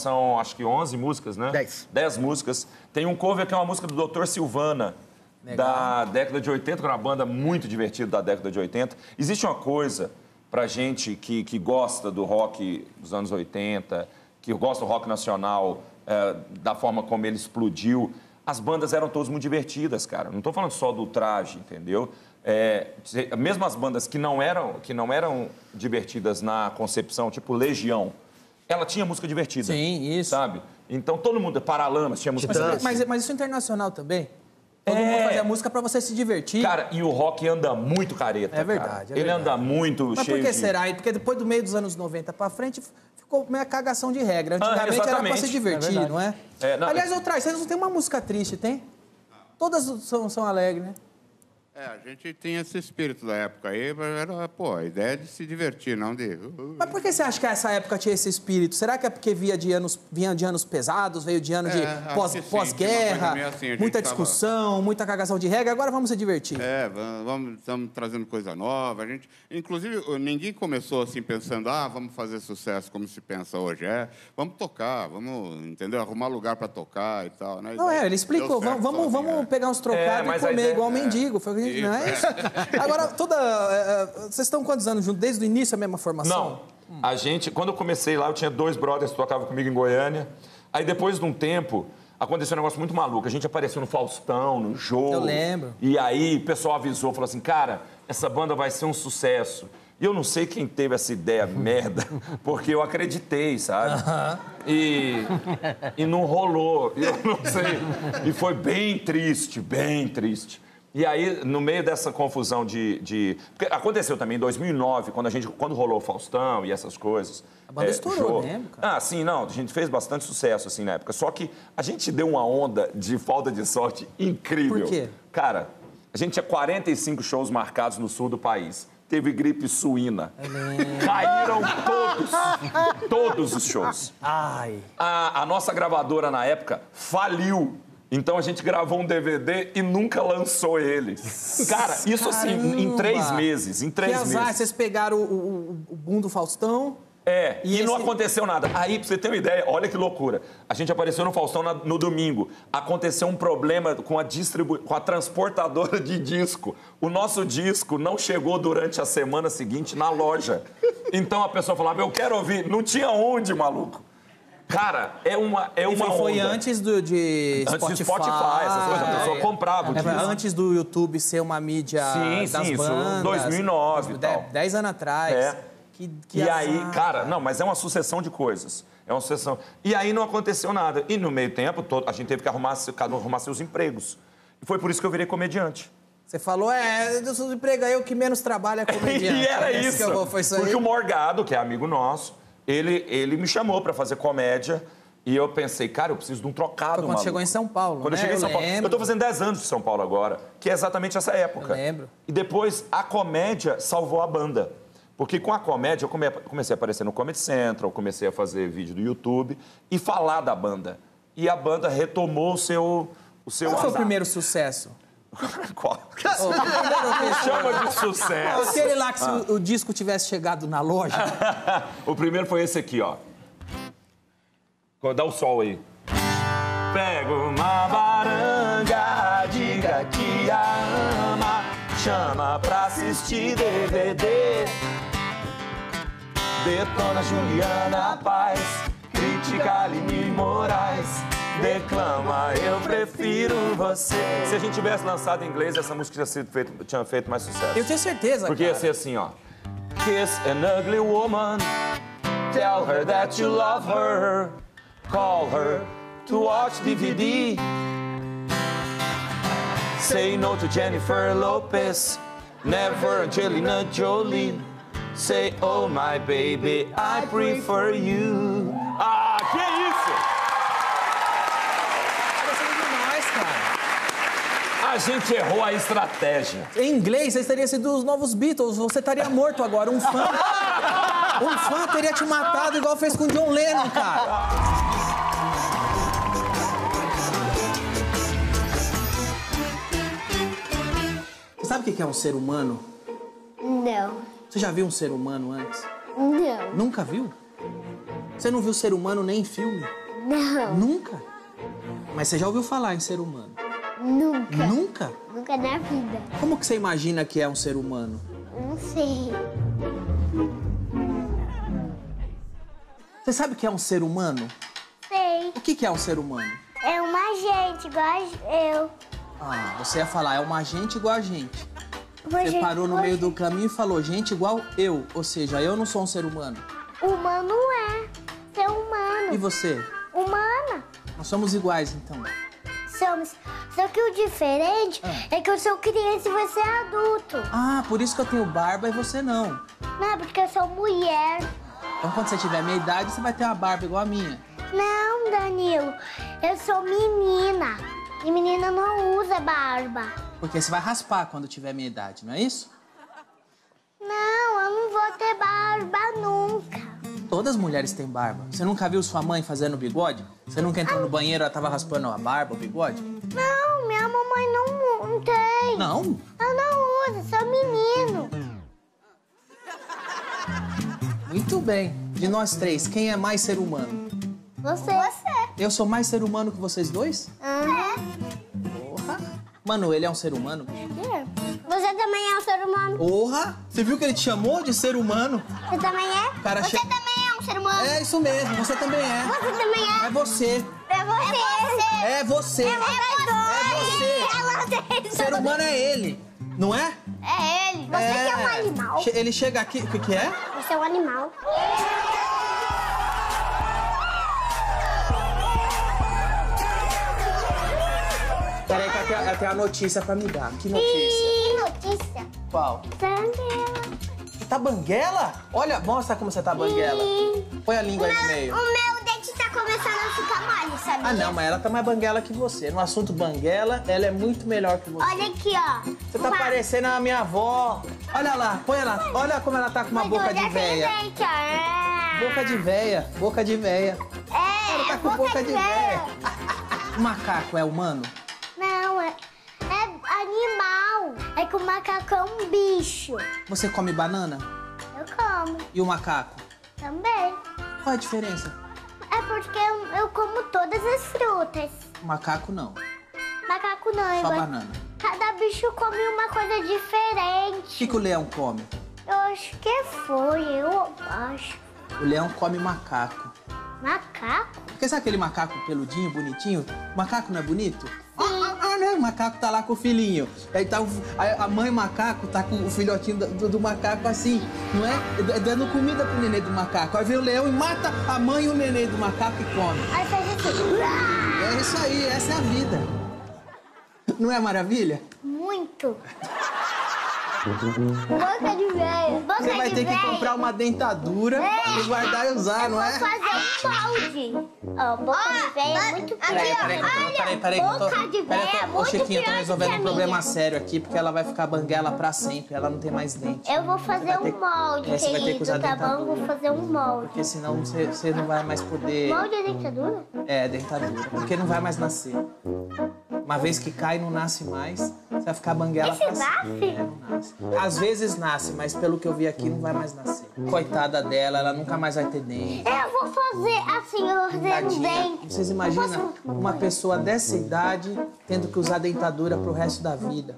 são acho que onze músicas, né? Dez. Dez músicas. Tem um cover que é uma música do doutor Silvana, Legal. da década de oitenta, que é uma banda muito divertida da década de oitenta. Existe uma coisa pra gente que, que gosta do rock dos anos oitenta, que gosta do rock nacional, é, da forma como ele explodiu. As bandas eram todas muito divertidas, cara. Não tô falando só do traje, entendeu? É, mesmo as bandas que não eram, que não eram divertidas na concepção, tipo Legião, ela tinha música divertida. Sim, isso. Sabe? Então todo mundo, Paralamas, tinha música Mas, divertida. mas, mas isso é internacional também? Todo É. mundo fazia música pra você se divertir. Cara, e o rock anda muito careta, É verdade, cara. é Ele verdade. anda muito Mas cheio por que de... será? Porque depois do meio dos anos noventa pra frente, ficou meio cagação de regra. Antigamente Ah, era pra exatamente. se divertir, É não é? É, não, Aliás, eu trago, vocês não tem uma música triste, tem? Todas são, são alegres, né? É, a gente tinha esse espírito da época aí, mas era, pô, a ideia de se divertir, não de... Mas por que você acha que essa época tinha esse espírito? Será que é porque via de anos, vinha de anos pesados, veio de anos É, de acho pós, que sim, pós-guerra, tinha uma coisa meio assim, a gente muita tava- discussão, muita cagação de regra, agora vamos se divertir. É, vamos, vamos- estamos trazendo coisa nova. A gente, inclusive, ninguém começou assim pensando, ah, vamos fazer sucesso como se pensa hoje. É, vamos tocar, vamos, entendeu? Arrumar lugar para tocar e tal, né? Não é, ele Deu explicou, certo vamos, vamos, sozinho, vamos é. pegar uns trocados É, e mas a comer ideia- igual é. mendigo. Foi o que a gente, não é isso? Agora, toda. é, é, vocês estão quantos anos juntos? Desde o início a mesma formação? Não. A gente, quando eu comecei lá, eu tinha dois brothers que tocavam comigo em Goiânia. Aí depois de um tempo, aconteceu um negócio muito maluco. A gente apareceu no Faustão, no jogo. Eu lembro. E aí o pessoal avisou, falou assim, cara, essa banda vai ser um sucesso. E eu não sei quem teve essa ideia merda, porque eu acreditei, sabe? E, e não rolou. E eu não sei. E foi bem triste, bem triste. E aí, no meio dessa confusão de... de... Porque aconteceu também em dois mil e nove, quando, a gente, quando rolou o Faustão e essas coisas. A banda estourou, né, cara? Ah, sim, não. A gente fez bastante sucesso, assim, na época. Só que a gente deu uma onda de falta de sorte incrível. Por quê? Cara, a gente tinha quarenta e cinco shows marcados no sul do país. Teve gripe suína. Caíram todos, todos os shows. Ai. A, a nossa gravadora, na época, faliu. Então a gente gravou um D V D e nunca lançou ele. Cara, isso assim, em Caramba. três meses. Em três Que azar, meses. vocês pegaram o, o, o boom do Faustão. É, e, E não esse- aconteceu nada. Aí, pra você ter uma ideia, olha que loucura. A gente apareceu no Faustão na- no domingo. Aconteceu um problema com a, distribu... com a transportadora de disco. O nosso disco não chegou durante a semana seguinte na loja. Então a pessoa falava, eu quero ouvir. Não tinha onde, maluco. Cara, é uma, é E uma foi, foi onda. antes do, de Antes Spotify. de Spotify, essas coisas. A pessoa É. comprava o É, disco. antes do YouTube ser uma mídia Sim, das sim, isso, bandas. dois mil e nove e dez, tal. dez anos atrás. É. Que, que E azar. aí, cara, não, mas é uma sucessão de coisas. É uma sucessão. E aí não aconteceu nada. E no meio tempo, todo, a gente teve que arrumar, cada um arrumar seus empregos. E foi por isso que eu virei comediante. Você falou, é, eu sou emprego aí, o que menos trabalha é comediante. E era Esse isso. que eu vou, foi isso aí. Porque o Morgado, que é amigo nosso, ele, ele me chamou pra fazer comédia. E eu pensei, cara, eu preciso de um trocado, Foi quando maluco. chegou em São Paulo, Quando né? eu cheguei em Eu São Paulo. lembro. Eu tô fazendo dez anos de São Paulo agora, que é exatamente essa época. Eu lembro. E depois a comédia salvou a banda. Porque com a comédia eu come- comecei a aparecer no Comedy Central, comecei a fazer vídeo do YouTube e falar da banda. E a banda retomou o seu... O seu Qual foi o azar. primeiro sucesso? Qual? O primeiro Chama de sucesso. Aquele lá que se Ah. o, o disco tivesse chegado na loja. O primeiro foi esse aqui, ó. Dá o sol aí. Pega uma varanga, diga que a ama, chama pra assistir D V D. Detona Juliana Paz, critica Aline Moraes, declama eu prefiro você. Se a gente tivesse lançado em inglês, essa música tinha, sido feito, tinha feito mais sucesso. Eu tenho certeza, Porque ia cara. ser assim, ó. Kiss an ugly woman, tell her that you love her, call her to watch D V D. Say no to Jennifer Lopez, never Angelina Jolie. Say, oh my baby, I prefer you. Ah, que isso? Demais, cara. A gente errou a estratégia. Em inglês, vocês teriam sido os novos Beatles. Você estaria morto agora. Um fã... um fã teria te matado igual fez com o John Lennon, cara. Você sabe o que é um ser humano? Não. Você já viu um ser humano antes? Não. Nunca viu? Você não viu ser humano nem em filme? Não. Nunca? Mas você já ouviu falar em ser humano? Nunca. Nunca? Nunca na vida. Como que você imagina que é um ser humano? Não sei. Você sabe o que é um ser humano? Sei. O que que é um ser humano? É uma gente igual eu. Ah, você ia falar, é uma gente igual a gente. Uma Você gente parou no igual a meio gente. do caminho e falou, gente igual eu. Ou seja, eu não sou um ser humano. Humano é. Ser humano. E você? Humana. Nós somos iguais, então. Somos. Só que o diferente é que eu sou criança e você é adulto. Ah, por isso que eu tenho barba e você não. Não, porque eu sou mulher. Então quando você tiver a minha idade, você vai ter uma barba igual a minha. Não, Danilo. Eu sou menina. E menina não usa barba. Porque você vai raspar quando tiver a minha idade, não é isso? Não, eu não vou ter barba nunca. Todas as mulheres têm barba. Você nunca viu sua mãe fazendo bigode? Você nunca entrou no banheiro e ela tava raspando a barba, o bigode? Não, minha mamãe não, não tem. Não? Eu não uso, sou menino. Muito bem. De nós três, quem é mais ser humano? Você. Você. Eu sou mais ser humano que vocês dois? Uhum. Porra. Mano, ele é um ser humano? Você também é um ser humano. Porra! Você viu que ele te chamou de ser humano? Você também é? Cara, você che- também é um ser humano. É isso mesmo, você também é. Você também é. É você. É você. É você. É você. É você. Ser humano é ele, não é? É ele. Você que é um animal. Che- Ele chega aqui... O que que é? Você é um animal. Peraí que eu tenho, eu tenho a notícia pra me dar. Que notícia? Que notícia? Qual? Banguela. Você tá banguela? Olha, mostra como você tá banguela. Põe a língua aí no meio. O meu dente tá começando a ficar mole, sabia? Ah, não, mas ela tá mais banguela que você. No assunto banguela, ela é muito melhor que você. Olha aqui, ó. Você tá parecendo a minha avó. Olha lá, põe ela. Olha como ela tá com uma boca de véia. Dente, ó. Boca de véia, boca de véia. É, Ela tá com boca de véia. O macaco é humano? Não, é, é animal. É que o macaco é um bicho. Você come banana? Eu como E o macaco? também. Qual é a diferença? É porque eu, eu como todas as frutas. O macaco não. Macaco não, Só igual- banana. Cada bicho come uma coisa O diferente. que, que o leão come? Eu acho que foi, eu acho. O leão come macaco. Macaco? Porque sabe aquele macaco peludinho, bonitinho? O macaco não é bonito? Ah, ah, ah, né? O macaco tá lá com o filhinho. Aí tá o- a, a mãe macaco tá com o filhotinho do, do- do macaco assim, não é? D- Dando comida pro nenê do macaco. Aí vem o leão e mata a mãe e o nenê do macaco e come. Aí faz assim. É isso aí, essa é a vida. Não é maravilha? Muito. Boca de velho. Boca Você vai de ter que velho. comprar uma dentadura É. e guardar e usar, não é? Vou fazer um balde. Ó, boca de velho é muito pior. Peraí, peraí, peraí, peraí, peraí. que eu tô- Boca de peraí, velho eu é tô- Ô, muito Chiquinho, eu tô pior resolvendo que a um problema minha. sério aqui, porque ela vai ficar banguela pra sempre. Ela não tem mais dente. Eu vou fazer um molde, É, você vai ter que usar querido, tá bom? dentadura. Vou fazer um molde. Porque senão você, você não vai mais poder... Molde é dentadura? É, dentadura. Porque não vai mais nascer. Uma vez que cai, não nasce mais. Você vai ficar banguela Esse pra sempre. nasce? É, não nasce. Às vezes nasce, mas pelo que eu vi aqui, não vai mais nascer. Coitada dela, ela nunca mais vai ter dente. Eu vou fazer assim, eu vou fazer um Tadinha. dente. Vocês imaginam uma pessoa dessa idade tendo que usar dentadura pro resto da vida?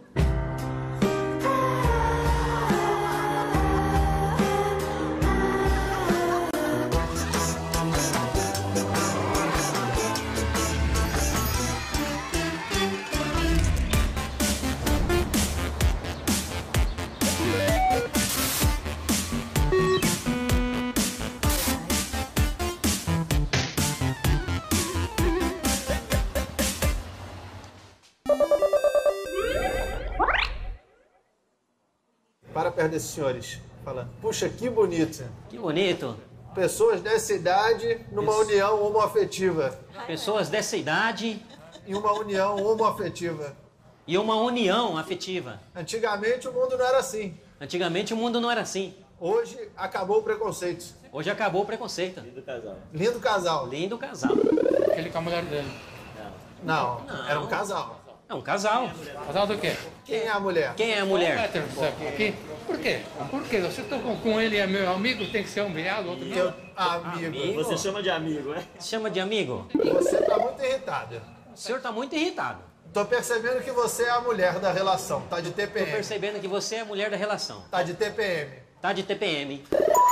Para perto desses senhores. Fala, puxa, que bonito. Que bonito. Pessoas dessa idade numa Isso. união homoafetiva. Pessoas dessa idade E uma união homoafetiva. e uma união afetiva. Antigamente o mundo não era assim. Antigamente o mundo não era assim. Hoje acabou o preconceito. Hoje acabou o preconceito. Do casal. Lindo casal. Lindo casal. Ele com a mulher dele. Não, era um casal. É um casal. Casal do quê? Quem é a mulher? Quem é a mulher? Aqui. Por quê? Por quê? Você está com, com ele, é meu amigo, tem que ser humilhado, outro não. Teu amigo. Amigo? Você chama de amigo, é? Chama de amigo? Você tá muito irritado. O senhor está muito irritado. Tô percebendo que você é a mulher da relação. Tá de T P M. Tô percebendo que você é a mulher da relação. Tá de T P M. Tá de T P M.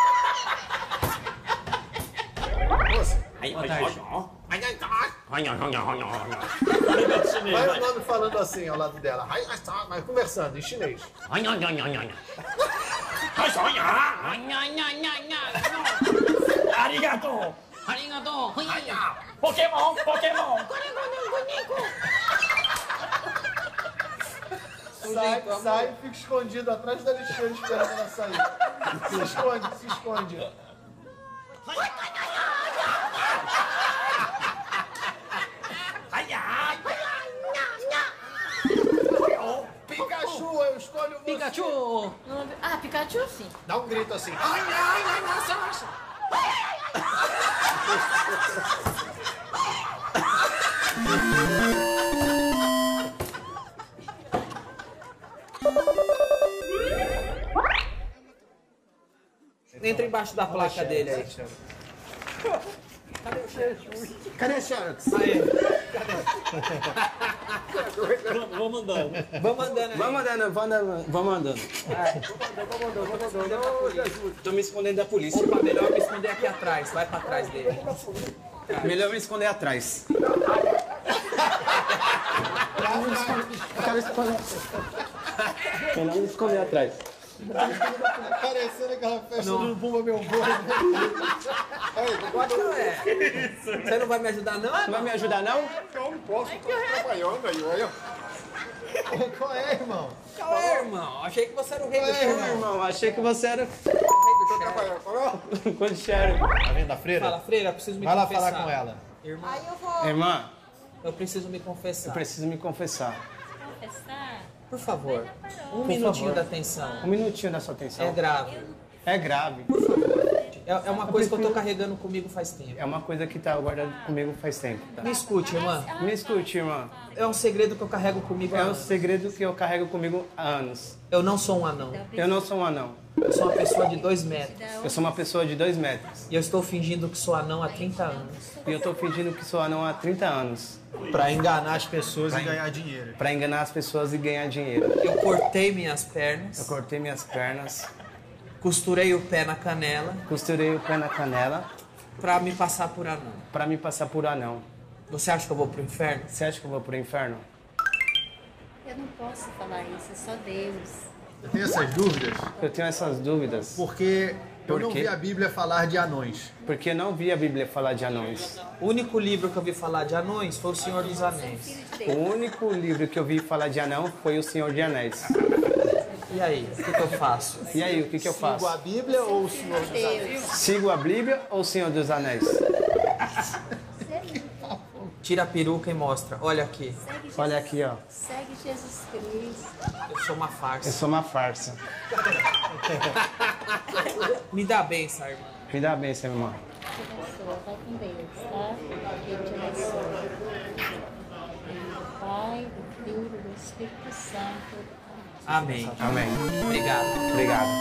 Aí, Boa tarde. Vai o nome falando assim ao lado dela. Mas conversando em chinês. Arigato! Arigato! Pokémon! Pokémon! Sai, sai e fica escondido atrás da lixeira esperando ela sair. Se esconde, se esconde. Pikachu, eu escolho você. Pikachu! Ah, Pikachu sim. Dá um grito assim. Ai, ai, ai, nossa, nossa. Entra embaixo da placa dele aí. Cadê o Sharks? Cadê o Sharks? Aí. Vamos andando. Vamos andando aí. Vamos andando, vamos andando. Vamos andando. Tô me escondendo da polícia. Opa, melhor me esconder aqui atrás. Vai pra trás dele. Melhor me esconder atrás. Melhor me esconder atrás. Parecendo aquela festa Não. do Bumba Meu Boi. Não é. Você não vai me ajudar, não? Não vai me ajudar, não? Eu não posso, tô trabalhando aí, olha. Qual é, irmão? Qual é, irmão? Achei que você era o rei do Qual é, chão. irmão? Achei que você era Tô trabalhando. quando Sherry. Tá vendo a freira? Fala, freira, eu preciso me Vai lá confessar. falar com ela. Irmã, Aí eu vou Irmã, eu preciso me confessar. eu preciso me confessar. confessar. Por favor, um Por minutinho favor. da atenção. Um minutinho da sua atenção. É grave. É grave. É, é uma coisa que eu tô carregando comigo faz tempo. É uma coisa que tá guardada comigo faz tempo. Tá? Me escute, irmã. Me escute, irmã. É um segredo que eu carrego comigo há É um anos. segredo que eu carrego comigo há anos. Eu não sou um anão. Eu não sou um anão. Eu sou uma pessoa de dois metros. Eu sou uma pessoa de dois metros. E eu estou fingindo que sou anão há trinta anos. E eu tô fingindo que sou anão há trinta anos. Pra enganar as pessoas Pra e en- ganhar dinheiro. Pra enganar as pessoas e ganhar dinheiro. Eu cortei minhas pernas. Eu cortei minhas pernas. Costurei o pé na canela. Costurei o pé na canela. Pra me passar por anão. Pra me passar por anão. Você acha que eu vou pro inferno? Você acha que eu vou pro inferno? Eu não posso falar isso, é só Deus. Eu tenho essas dúvidas Eu tenho essas dúvidas. porque eu Por não quê? vi a Bíblia falar de anões. Porque não vi a Bíblia falar de anões. O único livro que eu vi falar de anões foi O Senhor dos Anéis. O único livro que eu vi falar de anão foi O Senhor de Anéis. E aí, o que, que eu faço? E aí, o que, que eu faço? Sigo a Bíblia ou o Senhor dos Anéis? Sigo a Bíblia ou O Senhor dos Anéis? Tira a peruca e mostra. Olha aqui. Olha aqui, ó. Segue Jesus Cristo. Eu sou uma Eu farsa. sou uma farsa. Me dá benção, irmã. Me dá bem, seu irmão. Te abençoa, vai com Deus, tá? Deus te abençoe. Do Pai, do Filho, do Espírito Santo. Amém. Amém. Obrigado. Obrigado.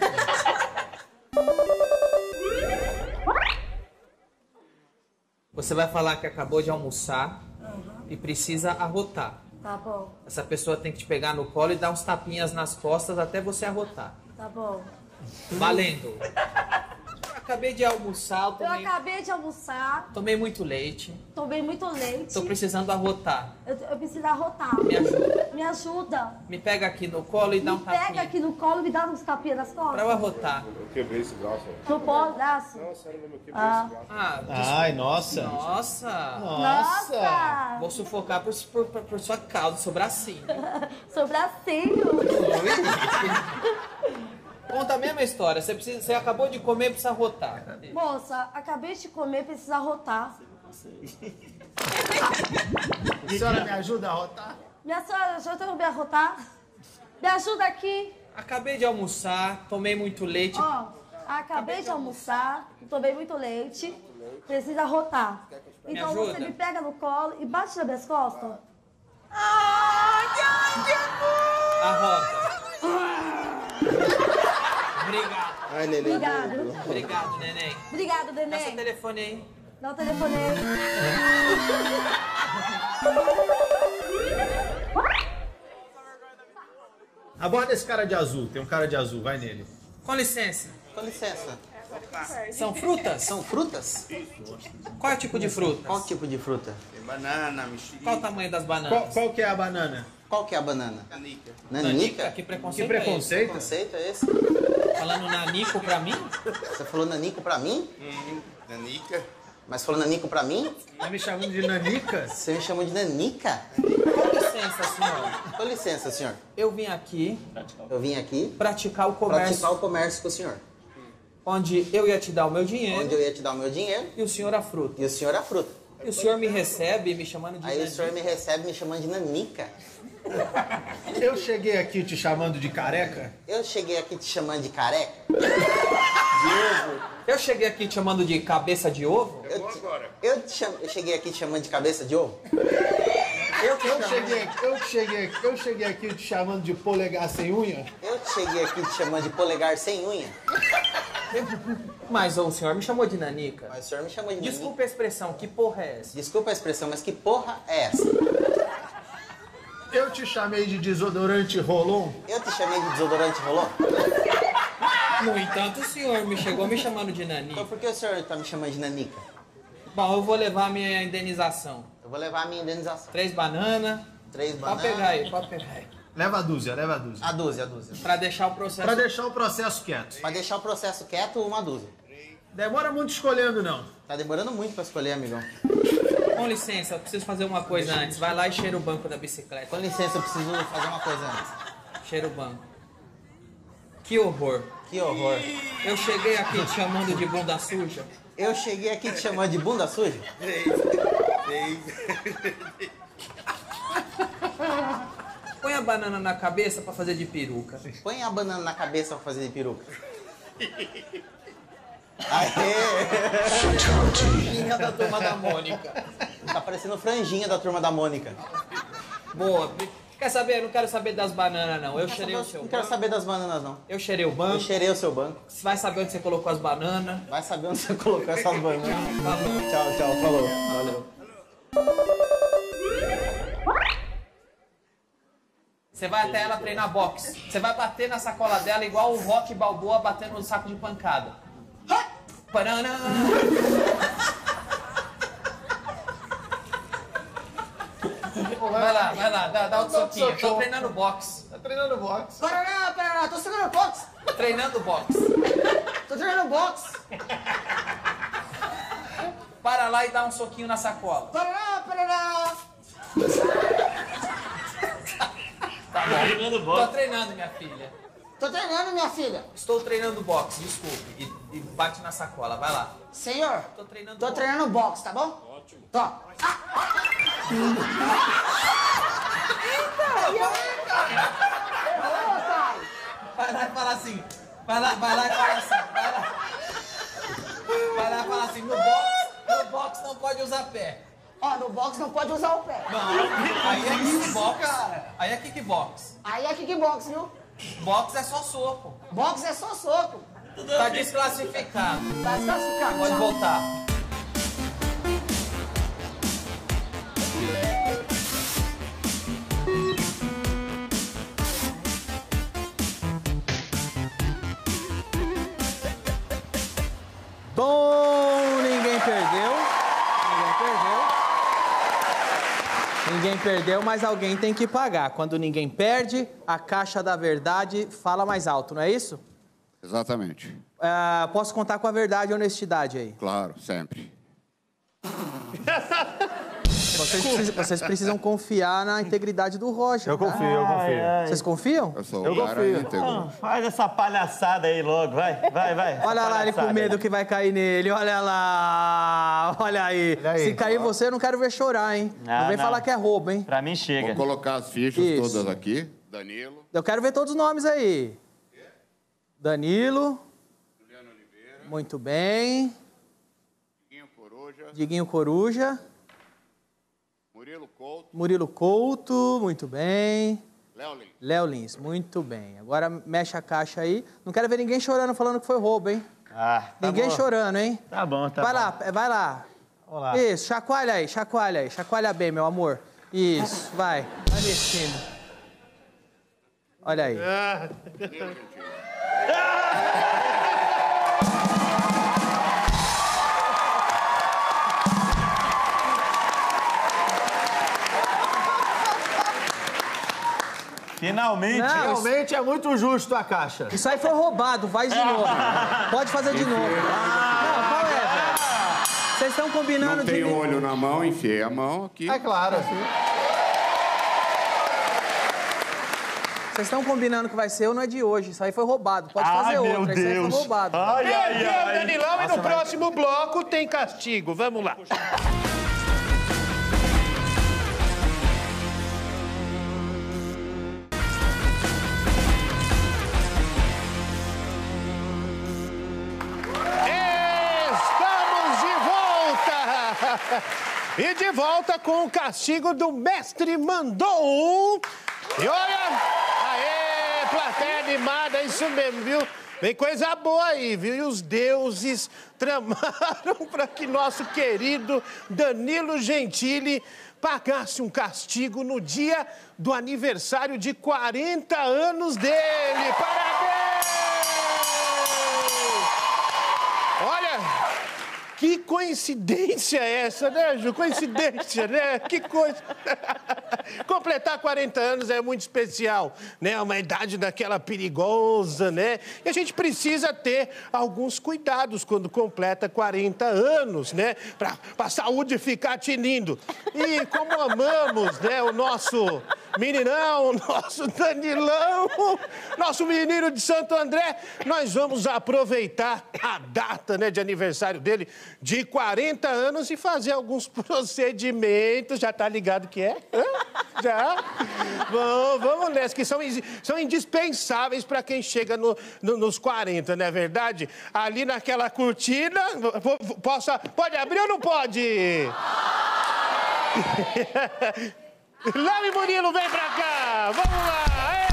Você vai falar que acabou de almoçar e precisa arrotar. Tá bom, Essa pessoa tem que te pegar no colo e dar uns tapinhas nas costas até você arrotar. tá bom. Valendo. Acabei de almoçar, eu Eu tomei, acabei de almoçar, tomei muito leite. tomei muito leite. Tô precisando arrotar. Eu, eu preciso arrotar. Me ajuda. Me ajuda. Me pega aqui no colo e dá um Me pega tapinha aqui no colo e me dá uns tapinhas nas costas. pra eu arrotar. Eu quebrei esse braço. Não pode, braço? Não, sério, eu quebrei Ah. esse braço. Ah, Ai, nossa. Nossa. Nossa! Vou sufocar por, por, por, por sua causa, seu bracinho. Sobracinho. Conta a mesma história. Você, precisa, você acabou de comer e precisa arrotar. Moça, acabei de comer, preciso arrotar. A senhora me ajuda a rotar? Minha senhora, já tenho que me arrotar? Me ajuda aqui. Acabei de almoçar, tomei muito leite. Ó, acabei de almoçar, tomei muito leite, preciso arrotar. Me Então ajuda? você me pega no colo e bate nas minhas costas. Ah! A rota. Obrigado. Ai, neném. Obrigado. Obrigado, neném. Obrigado, Dá seu neném. telefone aí. Dá o telefone aí. Aborda esse cara de azul. Tem um cara de azul. Vai nele. Com licença. Com licença. São frutas? São frutas? Qual é o tipo de fruta? Qual tipo de fruta? Tem banana, mexerica. Qual o tamanho das bananas? Qual, qual que é a banana? Qual que é a banana? Nanica. Nanica? Que preconceito, Que preconceito? Que preconceito é esse? Falando nanico pra mim? Você falou nanico pra mim? Hum, nanica. Mas falou nanico pra mim? Tá me chamando de nanica? Você me chamou de nanica? Com licença, senhor. Com licença, senhor. Eu vim aqui Eu vim aqui praticar o comércio, praticar o comércio com o senhor. onde eu ia te dar o meu dinheiro Onde eu ia te dar o meu dinheiro e o senhor a fruta. e o senhor a fruta. E o senhor me recebe me chamando de Aí o nanica. senhor me recebe me chamando de nanica. Eu cheguei aqui te chamando de careca? Eu cheguei aqui te chamando de careca. Eu cheguei aqui te chamando de cabeça de ovo? Eu, te, eu, te cham, eu cheguei aqui te chamando de cabeça de ovo. Eu, eu, cheguei, aqui- eu, cheguei, aqui- eu cheguei aqui te chamando de polegar sem unha? Eu cheguei aqui te chamando de polegar sem unha. Mas o senhor me chamou de nanica. Mas o senhor me chamou de nanica. Desculpa a expressão, que porra é essa? Desculpa a expressão, mas que porra é essa? Eu te chamei de desodorante Rolon? Eu te chamei de desodorante Rolon? No entanto, o senhor me chegou me chamando de nanica. Então por que o senhor tá me chamando de nanica? Bom, eu vou levar a minha indenização. Eu vou levar a minha indenização. Três bananas. Três bananas. Pode pegar aí, pode pegar aí. Leva a dúzia, leva a dúzia. A dúzia, a dúzia. Pra deixar o processo... Pra deixar o processo quieto. Pra deixar o processo quieto, uma dúzia. Demora muito escolhendo, não. Tá demorando muito pra escolher, amigão. Com licença, eu preciso fazer uma coisa antes. Vai lá e cheira o banco da bicicleta. Com licença, eu preciso fazer uma coisa antes. Cheira o banco. Que horror. Que horror. Eu cheguei aqui te chamando de bunda suja. Eu cheguei aqui te chamando de bunda suja? Põe a banana na cabeça pra fazer de peruca. Põe a banana na cabeça pra fazer de peruca. Aê! Franjinha da turma da Mônica. Tá parecendo franjinha da turma da Mônica. Boa. Quer saber? Eu não quero saber das bananas, não. Eu cheirei o seu Não banco. quero saber das bananas, não. Eu cheirei o banco. Eu cheirei o seu banco. Você vai saber onde você colocou as bananas. Vai saber onde você colocou essas bananas. Falou. Tchau, tchau. Falou. Valeu. Você vai até ela treinar boxe. Você vai bater na sacola dela igual o Rock Balboa batendo no saco de pancada. Paraná. Vai lá, vai lá, dá, dá outro soquinho. Tô treinando boxe. Tá treinando boxe. Paraná, Paraná, tô treinando boxe. Treinando boxe. Tô treinando boxe. Para lá e dá um soquinho na sacola. Paraná, Paraná. Tá bom. Treinando boxe. Tô treinando, minha filha. Tô treinando, minha filha. Estou treinando boxe, desculpe. E, e bate na sacola, vai lá. Senhor, Tô treinando tô boxe. treinando boxe, tá bom? Ótimo. Tô. Vai lá e fala assim. Vai lá, vai lá e fala assim. Vai lá. Vai lá e fala assim. No boxe, no boxe não pode usar pé. Ó, no boxe não pode usar o pé. Não, aí é kickbox. Aí é kickbox. Aí é kickbox, viu? Boxe é só soco. Boxe é só soco. Tá desclassificado. Tá desclassificado. Pode Tchau. voltar. Bom, ninguém perdeu. Ninguém perdeu. Ninguém perdeu, mas alguém tem que pagar. Quando ninguém perde, a caixa da verdade fala mais alto, não é isso? Exatamente. Ah, posso contar com a verdade e honestidade aí? Claro, sempre. Vocês precisam, vocês precisam confiar na integridade do Roger. Eu confio, eu confio. Vocês confiam? Eu sou Eu um cara confio. íntegro. Ah, faz essa palhaçada aí logo, vai, vai, vai. essa Olha lá ele com palhaçada medo aí. que vai cair nele. Olha lá. Olha aí. Olha aí. Se cair você, eu não quero ver chorar, hein? Ah, não vem não. falar que é roubo, hein? Pra mim chega. Vou colocar as fichas Isso. todas aqui. Danilo, Eu quero ver todos os nomes aí. Danilo. Juliano Oliveira, Muito bem. Diguinho Coruja, Diguinho Coruja. Murilo Couto, Murilo Couto. Muito bem. Léo Lins. Léo Lins, muito bem. Agora mexe a caixa aí. Não quero ver ninguém chorando falando que foi roubo, hein? Ah, tá Ninguém bom. chorando, hein? Tá bom, tá vai bom. lá, vai lá. Vamos lá. Isso, chacoalha aí, chacoalha aí. Chacoalha bem, meu amor. Isso, vai. Vai mexendo. Olha aí. Finalmente. Não, Realmente é muito justo a caixa. Isso aí foi roubado, faz de novo. Pode fazer de novo. Não, qual é, velho? Vocês estão combinando Não de... tem olho na mão, enfiei a mão aqui. É claro, assim. Vocês estão combinando que vai ser ou não é de hoje. Isso aí foi roubado. Pode Ai, fazer meu outra. Isso aí foi Deus. roubado. Ai, ai, ai. Danilão, e Nossa, no mas- próximo bloco tem castigo. Vamos lá. Estamos de volta! E de volta com o castigo do Mestre Mandou. E olha, aê, plateia animada, isso mesmo, viu? Vem coisa boa aí, viu? E os deuses tramaram para que nosso querido Danilo Gentili pagasse um castigo no dia do aniversário de quarenta anos dele. Parabéns! Olha, que coincidência é essa, né, Ju? Coincidência, né? Que coisa. Completar quarenta anos é muito especial, né? É uma idade daquela perigosa, né? E a gente precisa ter alguns cuidados quando completa quarenta anos, né? Pra, pra saúde ficar tinindo. E como amamos, né, o nosso meninão, o nosso Danilão, nosso menino de Santo André, nós vamos aproveitar a data, né, de aniversário dele, de quarenta anos, e fazer alguns procedimentos. Já tá ligado que é? Hã? Já? Bom, vamos nessa, que são, são indispensáveis para quem chega no, no, nos quarenta, não é verdade? Ali naquela cortina, posso, pode abrir ou não pode? Léo e Murilo, vem pra cá! Vamos lá!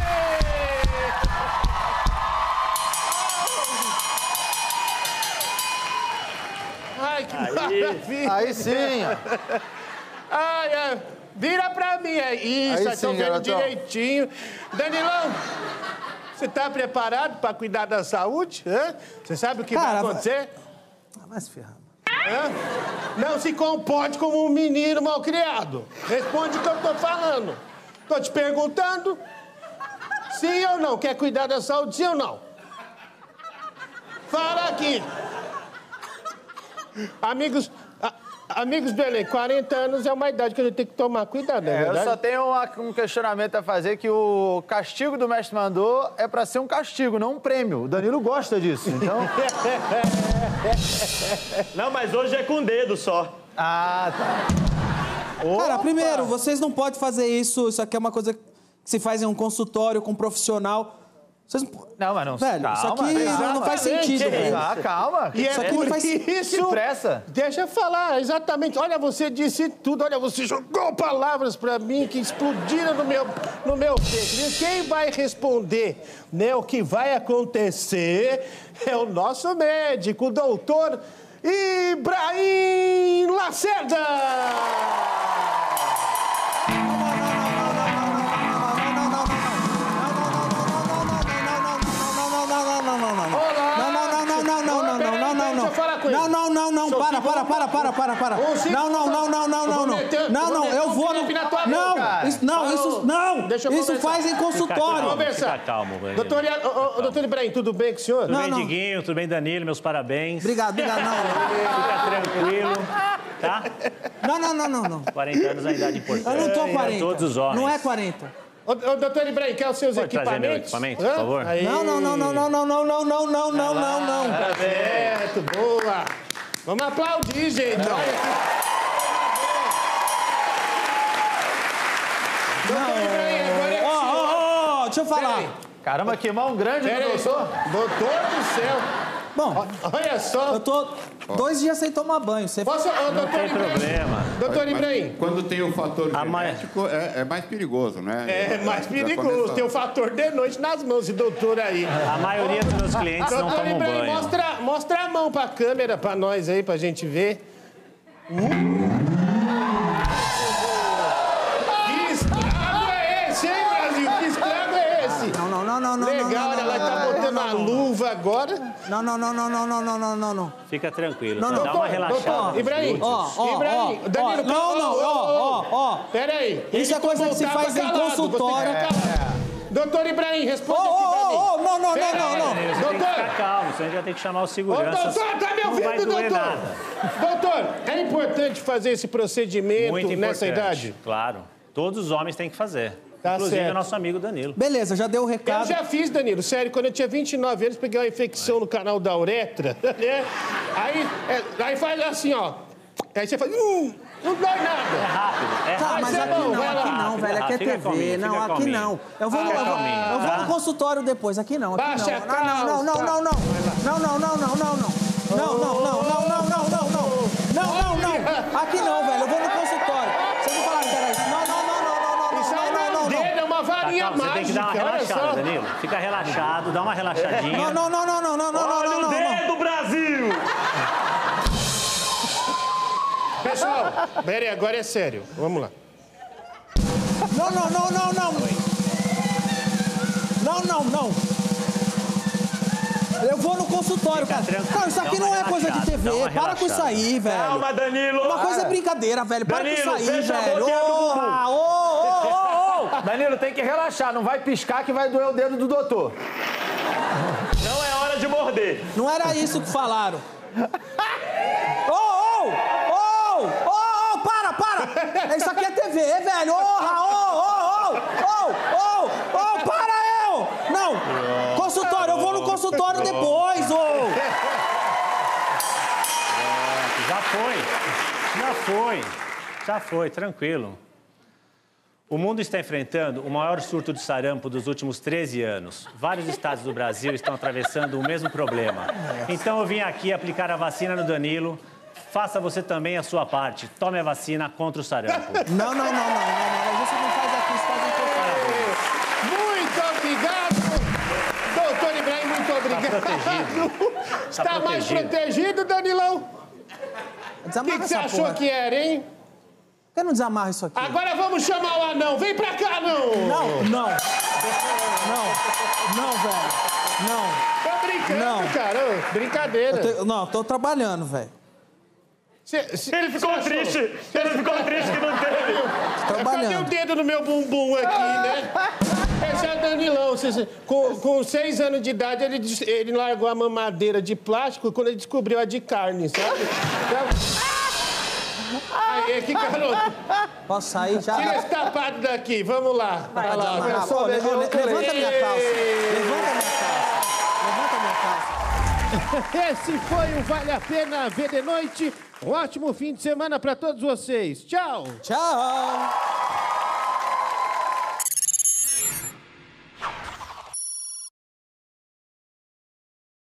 Ai, que Aí. maravilha! Aí sim, Ai, ai, vira pra mim aí. Isso, Aí aí, estão sim, vendo garotão. direitinho. Danilão, você tá preparado pra cuidar da saúde? Hã? Você sabe o que Cara, vai acontecer? Ah, vai se ferrar. Hã? Não se comporte como um menino malcriado. Responde o que eu tô falando. Tô te perguntando, sim ou não? Quer cuidar da saúde, sim ou não? Fala aqui. Amigos, a- amigos do elenco, quarenta anos é uma idade que a gente tem que tomar cuidado, não é, É, eu verdade? só tenho uma- um questionamento a fazer, que o castigo do mestre mandou é pra ser um castigo, não um prêmio. O Danilo gosta disso, então... Não, mas hoje é com dedo só. Ah, tá. Cara, primeiro, vocês não podem fazer isso. Isso aqui é uma coisa que se faz em um consultório com um profissional. Vocês não... Não, mas não... Velho, calma, isso aqui não, não faz Exatamente. sentido, velho. Ah, calma. E é Isso aqui por não faz- isso... Que pressa. Deixa eu falar, exatamente. Olha, você disse tudo. Olha, você jogou palavras pra mim que explodiram no meu, no meu peito. E quem vai responder, né, o que vai acontecer é o nosso médico, o doutor Ibrahim Lacerda! Não, não, não, não, para, para, para, para, para, para. Não, não, não, não, não, não, não. Não, não, eu vou no... Não, isso, não, isso, não. Isso faz em consultório. Conversar. Fica calmo, velho. Doutor, Ia- ô, ô, doutor Ibrahim, tudo bem com o senhor? Tudo bem, Diguinho? Tudo bem, Danilo? Meus parabéns. Obrigado, obrigado, não. Fica tranquilo, tá? Não, não, não, não, não. quarenta anos é uma idade importante. Eu não tô Pra quarenta. todos os homens. Não é quarenta. Ô, ô, doutor Ibrahim, quer os seus Pode trazer meu equipamentos? equipamento, por favor? Aí. Não, não, não, não, não, não, não, não, não, não, não, não, não. Tá certo, boa. Vamos aplaudir, gente. Olha aqui. Doutor Ibrahim, agora é Ó, ó, ó, deixa eu falar. Caramba, que mão grande do Pera aí, doutor. doutor do céu. Bom, olha só. Eu tô... Dois dias sem tomar banho. Você... Posso, ô, Não tem problema. Doutor Ibrahim. Quando tem o fator genético, é, é mais perigoso, né? É mais perigoso. Tem o fator de noite nas mãos, esse doutor aí. A maioria dos meus clientes não Doutor tomam Ibrahim, banho. Mostra, mostra a mão pra câmera, pra nós aí, pra gente ver. Uh. Que estrago é esse, hein, Brasil? Que estrago é esse? Não, não, não, não, não. Legal, não, não, ela não, tá não, botando não, a não. luva agora. Não, não, não, não, não, não, não, não, não, não. Fica tranquilo, Não, só não, dá doutor, uma relaxada. doutor, Ibrahim, Ó, ó, Ibrahim, ó, Danilo, ó, não, não, ó, ó, ó. Pera aí. Isso é coisa que se faz em consultório. Doutor Ibrahim, responde Ô, aqui pra ô, mim. ô, não, não, Pera não, aí. não, não. Você tem que Doutor, ficar calmo, senão a gente vai ter que chamar o Ô, segurança. doutor, tá me Não vai ouvindo, doer doutor? nada. Doutor, é importante fazer esse procedimento Muito importante. nessa idade? Claro. Todos os homens têm que fazer. Tá Inclusive certo. o nosso amigo Danilo. Beleza, já deu o recado. Eu já fiz, Danilo, sério, quando eu tinha vinte e nove anos, peguei uma infecção no canal da uretra, né? Aí, é, aí faz assim, ó. Aí você faz... Uh, não dói nada. É rápido, é Tá, rápido. mas é aqui bom, não, vai lá. aqui não, velho. Aqui é Fica T V. calminho, Não, fica aqui calminho. não. Eu vou, Ah, no, eu vou, calminho, eu vou tá? no consultório depois. Aqui não, aqui Baixa a não. Não, não, não, calça. não, não, não. Não, não, não, não, não, não. Não, não, não, não, não, não, não, não. Não, não, não. Aqui não, velho. Eu vou no consultório. Vocês não falaram que era isso. Não, não, não, não, não, não, Isso aí não, não é não, um dedo, é uma Tá, varinha calma, você tem que dar uma mágica, olha relaxada, só. Danilo. Fica relaxado, dá uma relaxadinha. não. Não, não, não, não, não, não, não, Olha não, o não, não. dedo, Brasil! Pessoal, pera aí, agora é sério. Vamos lá. Não, não, não, não, não. Não, não, não. Eu vou no consultório, cara. tranquilo, Não, isso aqui dá não uma é coisa de relaxada, T V. dá uma Para com isso relaxada. aí, velho. Calma, Danilo. Uma coisa é brincadeira, velho. Para com isso Danilo, aí, fecha a velho. boca e abre o bumbum. Ô, ô, ô, ô. Danilo, tem que relaxar, não vai piscar que vai doer o dedo do doutor. Não é hora de morder. Não era isso que falaram. Ô, ô, ô, ô, ô, para, para. Isso aqui é T V, velho. Ô, ô, ô, ô, ô, ô, para eu. Não, consultório, eu vou no consultório depois, ô. Já foi. Já foi. Já foi, tranquilo. O mundo está enfrentando o maior surto de sarampo dos últimos treze anos. Vários estados do Brasil estão atravessando o mesmo problema. Então eu vim aqui aplicar a vacina no Danilo. Faça você também a sua parte. Tome a vacina contra o sarampo. Não, não, não, não, não, não. Você não faz aqui, você faz em Muito obrigado, doutor Ibrahim, muito obrigado. protegido. Está Tá mais protegido. protegido, Danilão? O que, Desamarra que você essa achou porra. que era, hein? Por que não desamarra isso aqui? Agora vamos chamar o anão. Vem pra cá, não! Não, não. Não, não, velho. Não. Tô brincando, Não. cara. Ô, brincadeira. Eu te- Não, tô trabalhando, velho. Cê- cê- Ele ficou cê achou? triste. Ele ficou triste que não teve. Cadê o Trabalhando. dedo no meu bumbum aqui, né? Esse é o Danilão. Cê- cê- Com, com seis anos de idade, ele, des- ele largou a mamadeira de plástico quando ele descobriu a de carne, sabe? Então- Aí, que garoto. Posso sair já? Tira esse tapado daqui, vamos lá. Vai lá, Desamarrar. pessoal. Pô, le- le- levanta minha calça. Ei. Levanta minha calça. Levanta minha calça. Esse foi o Vale a Pena Ver de Noite. Um ótimo fim de semana para todos vocês. Tchau. Tchau.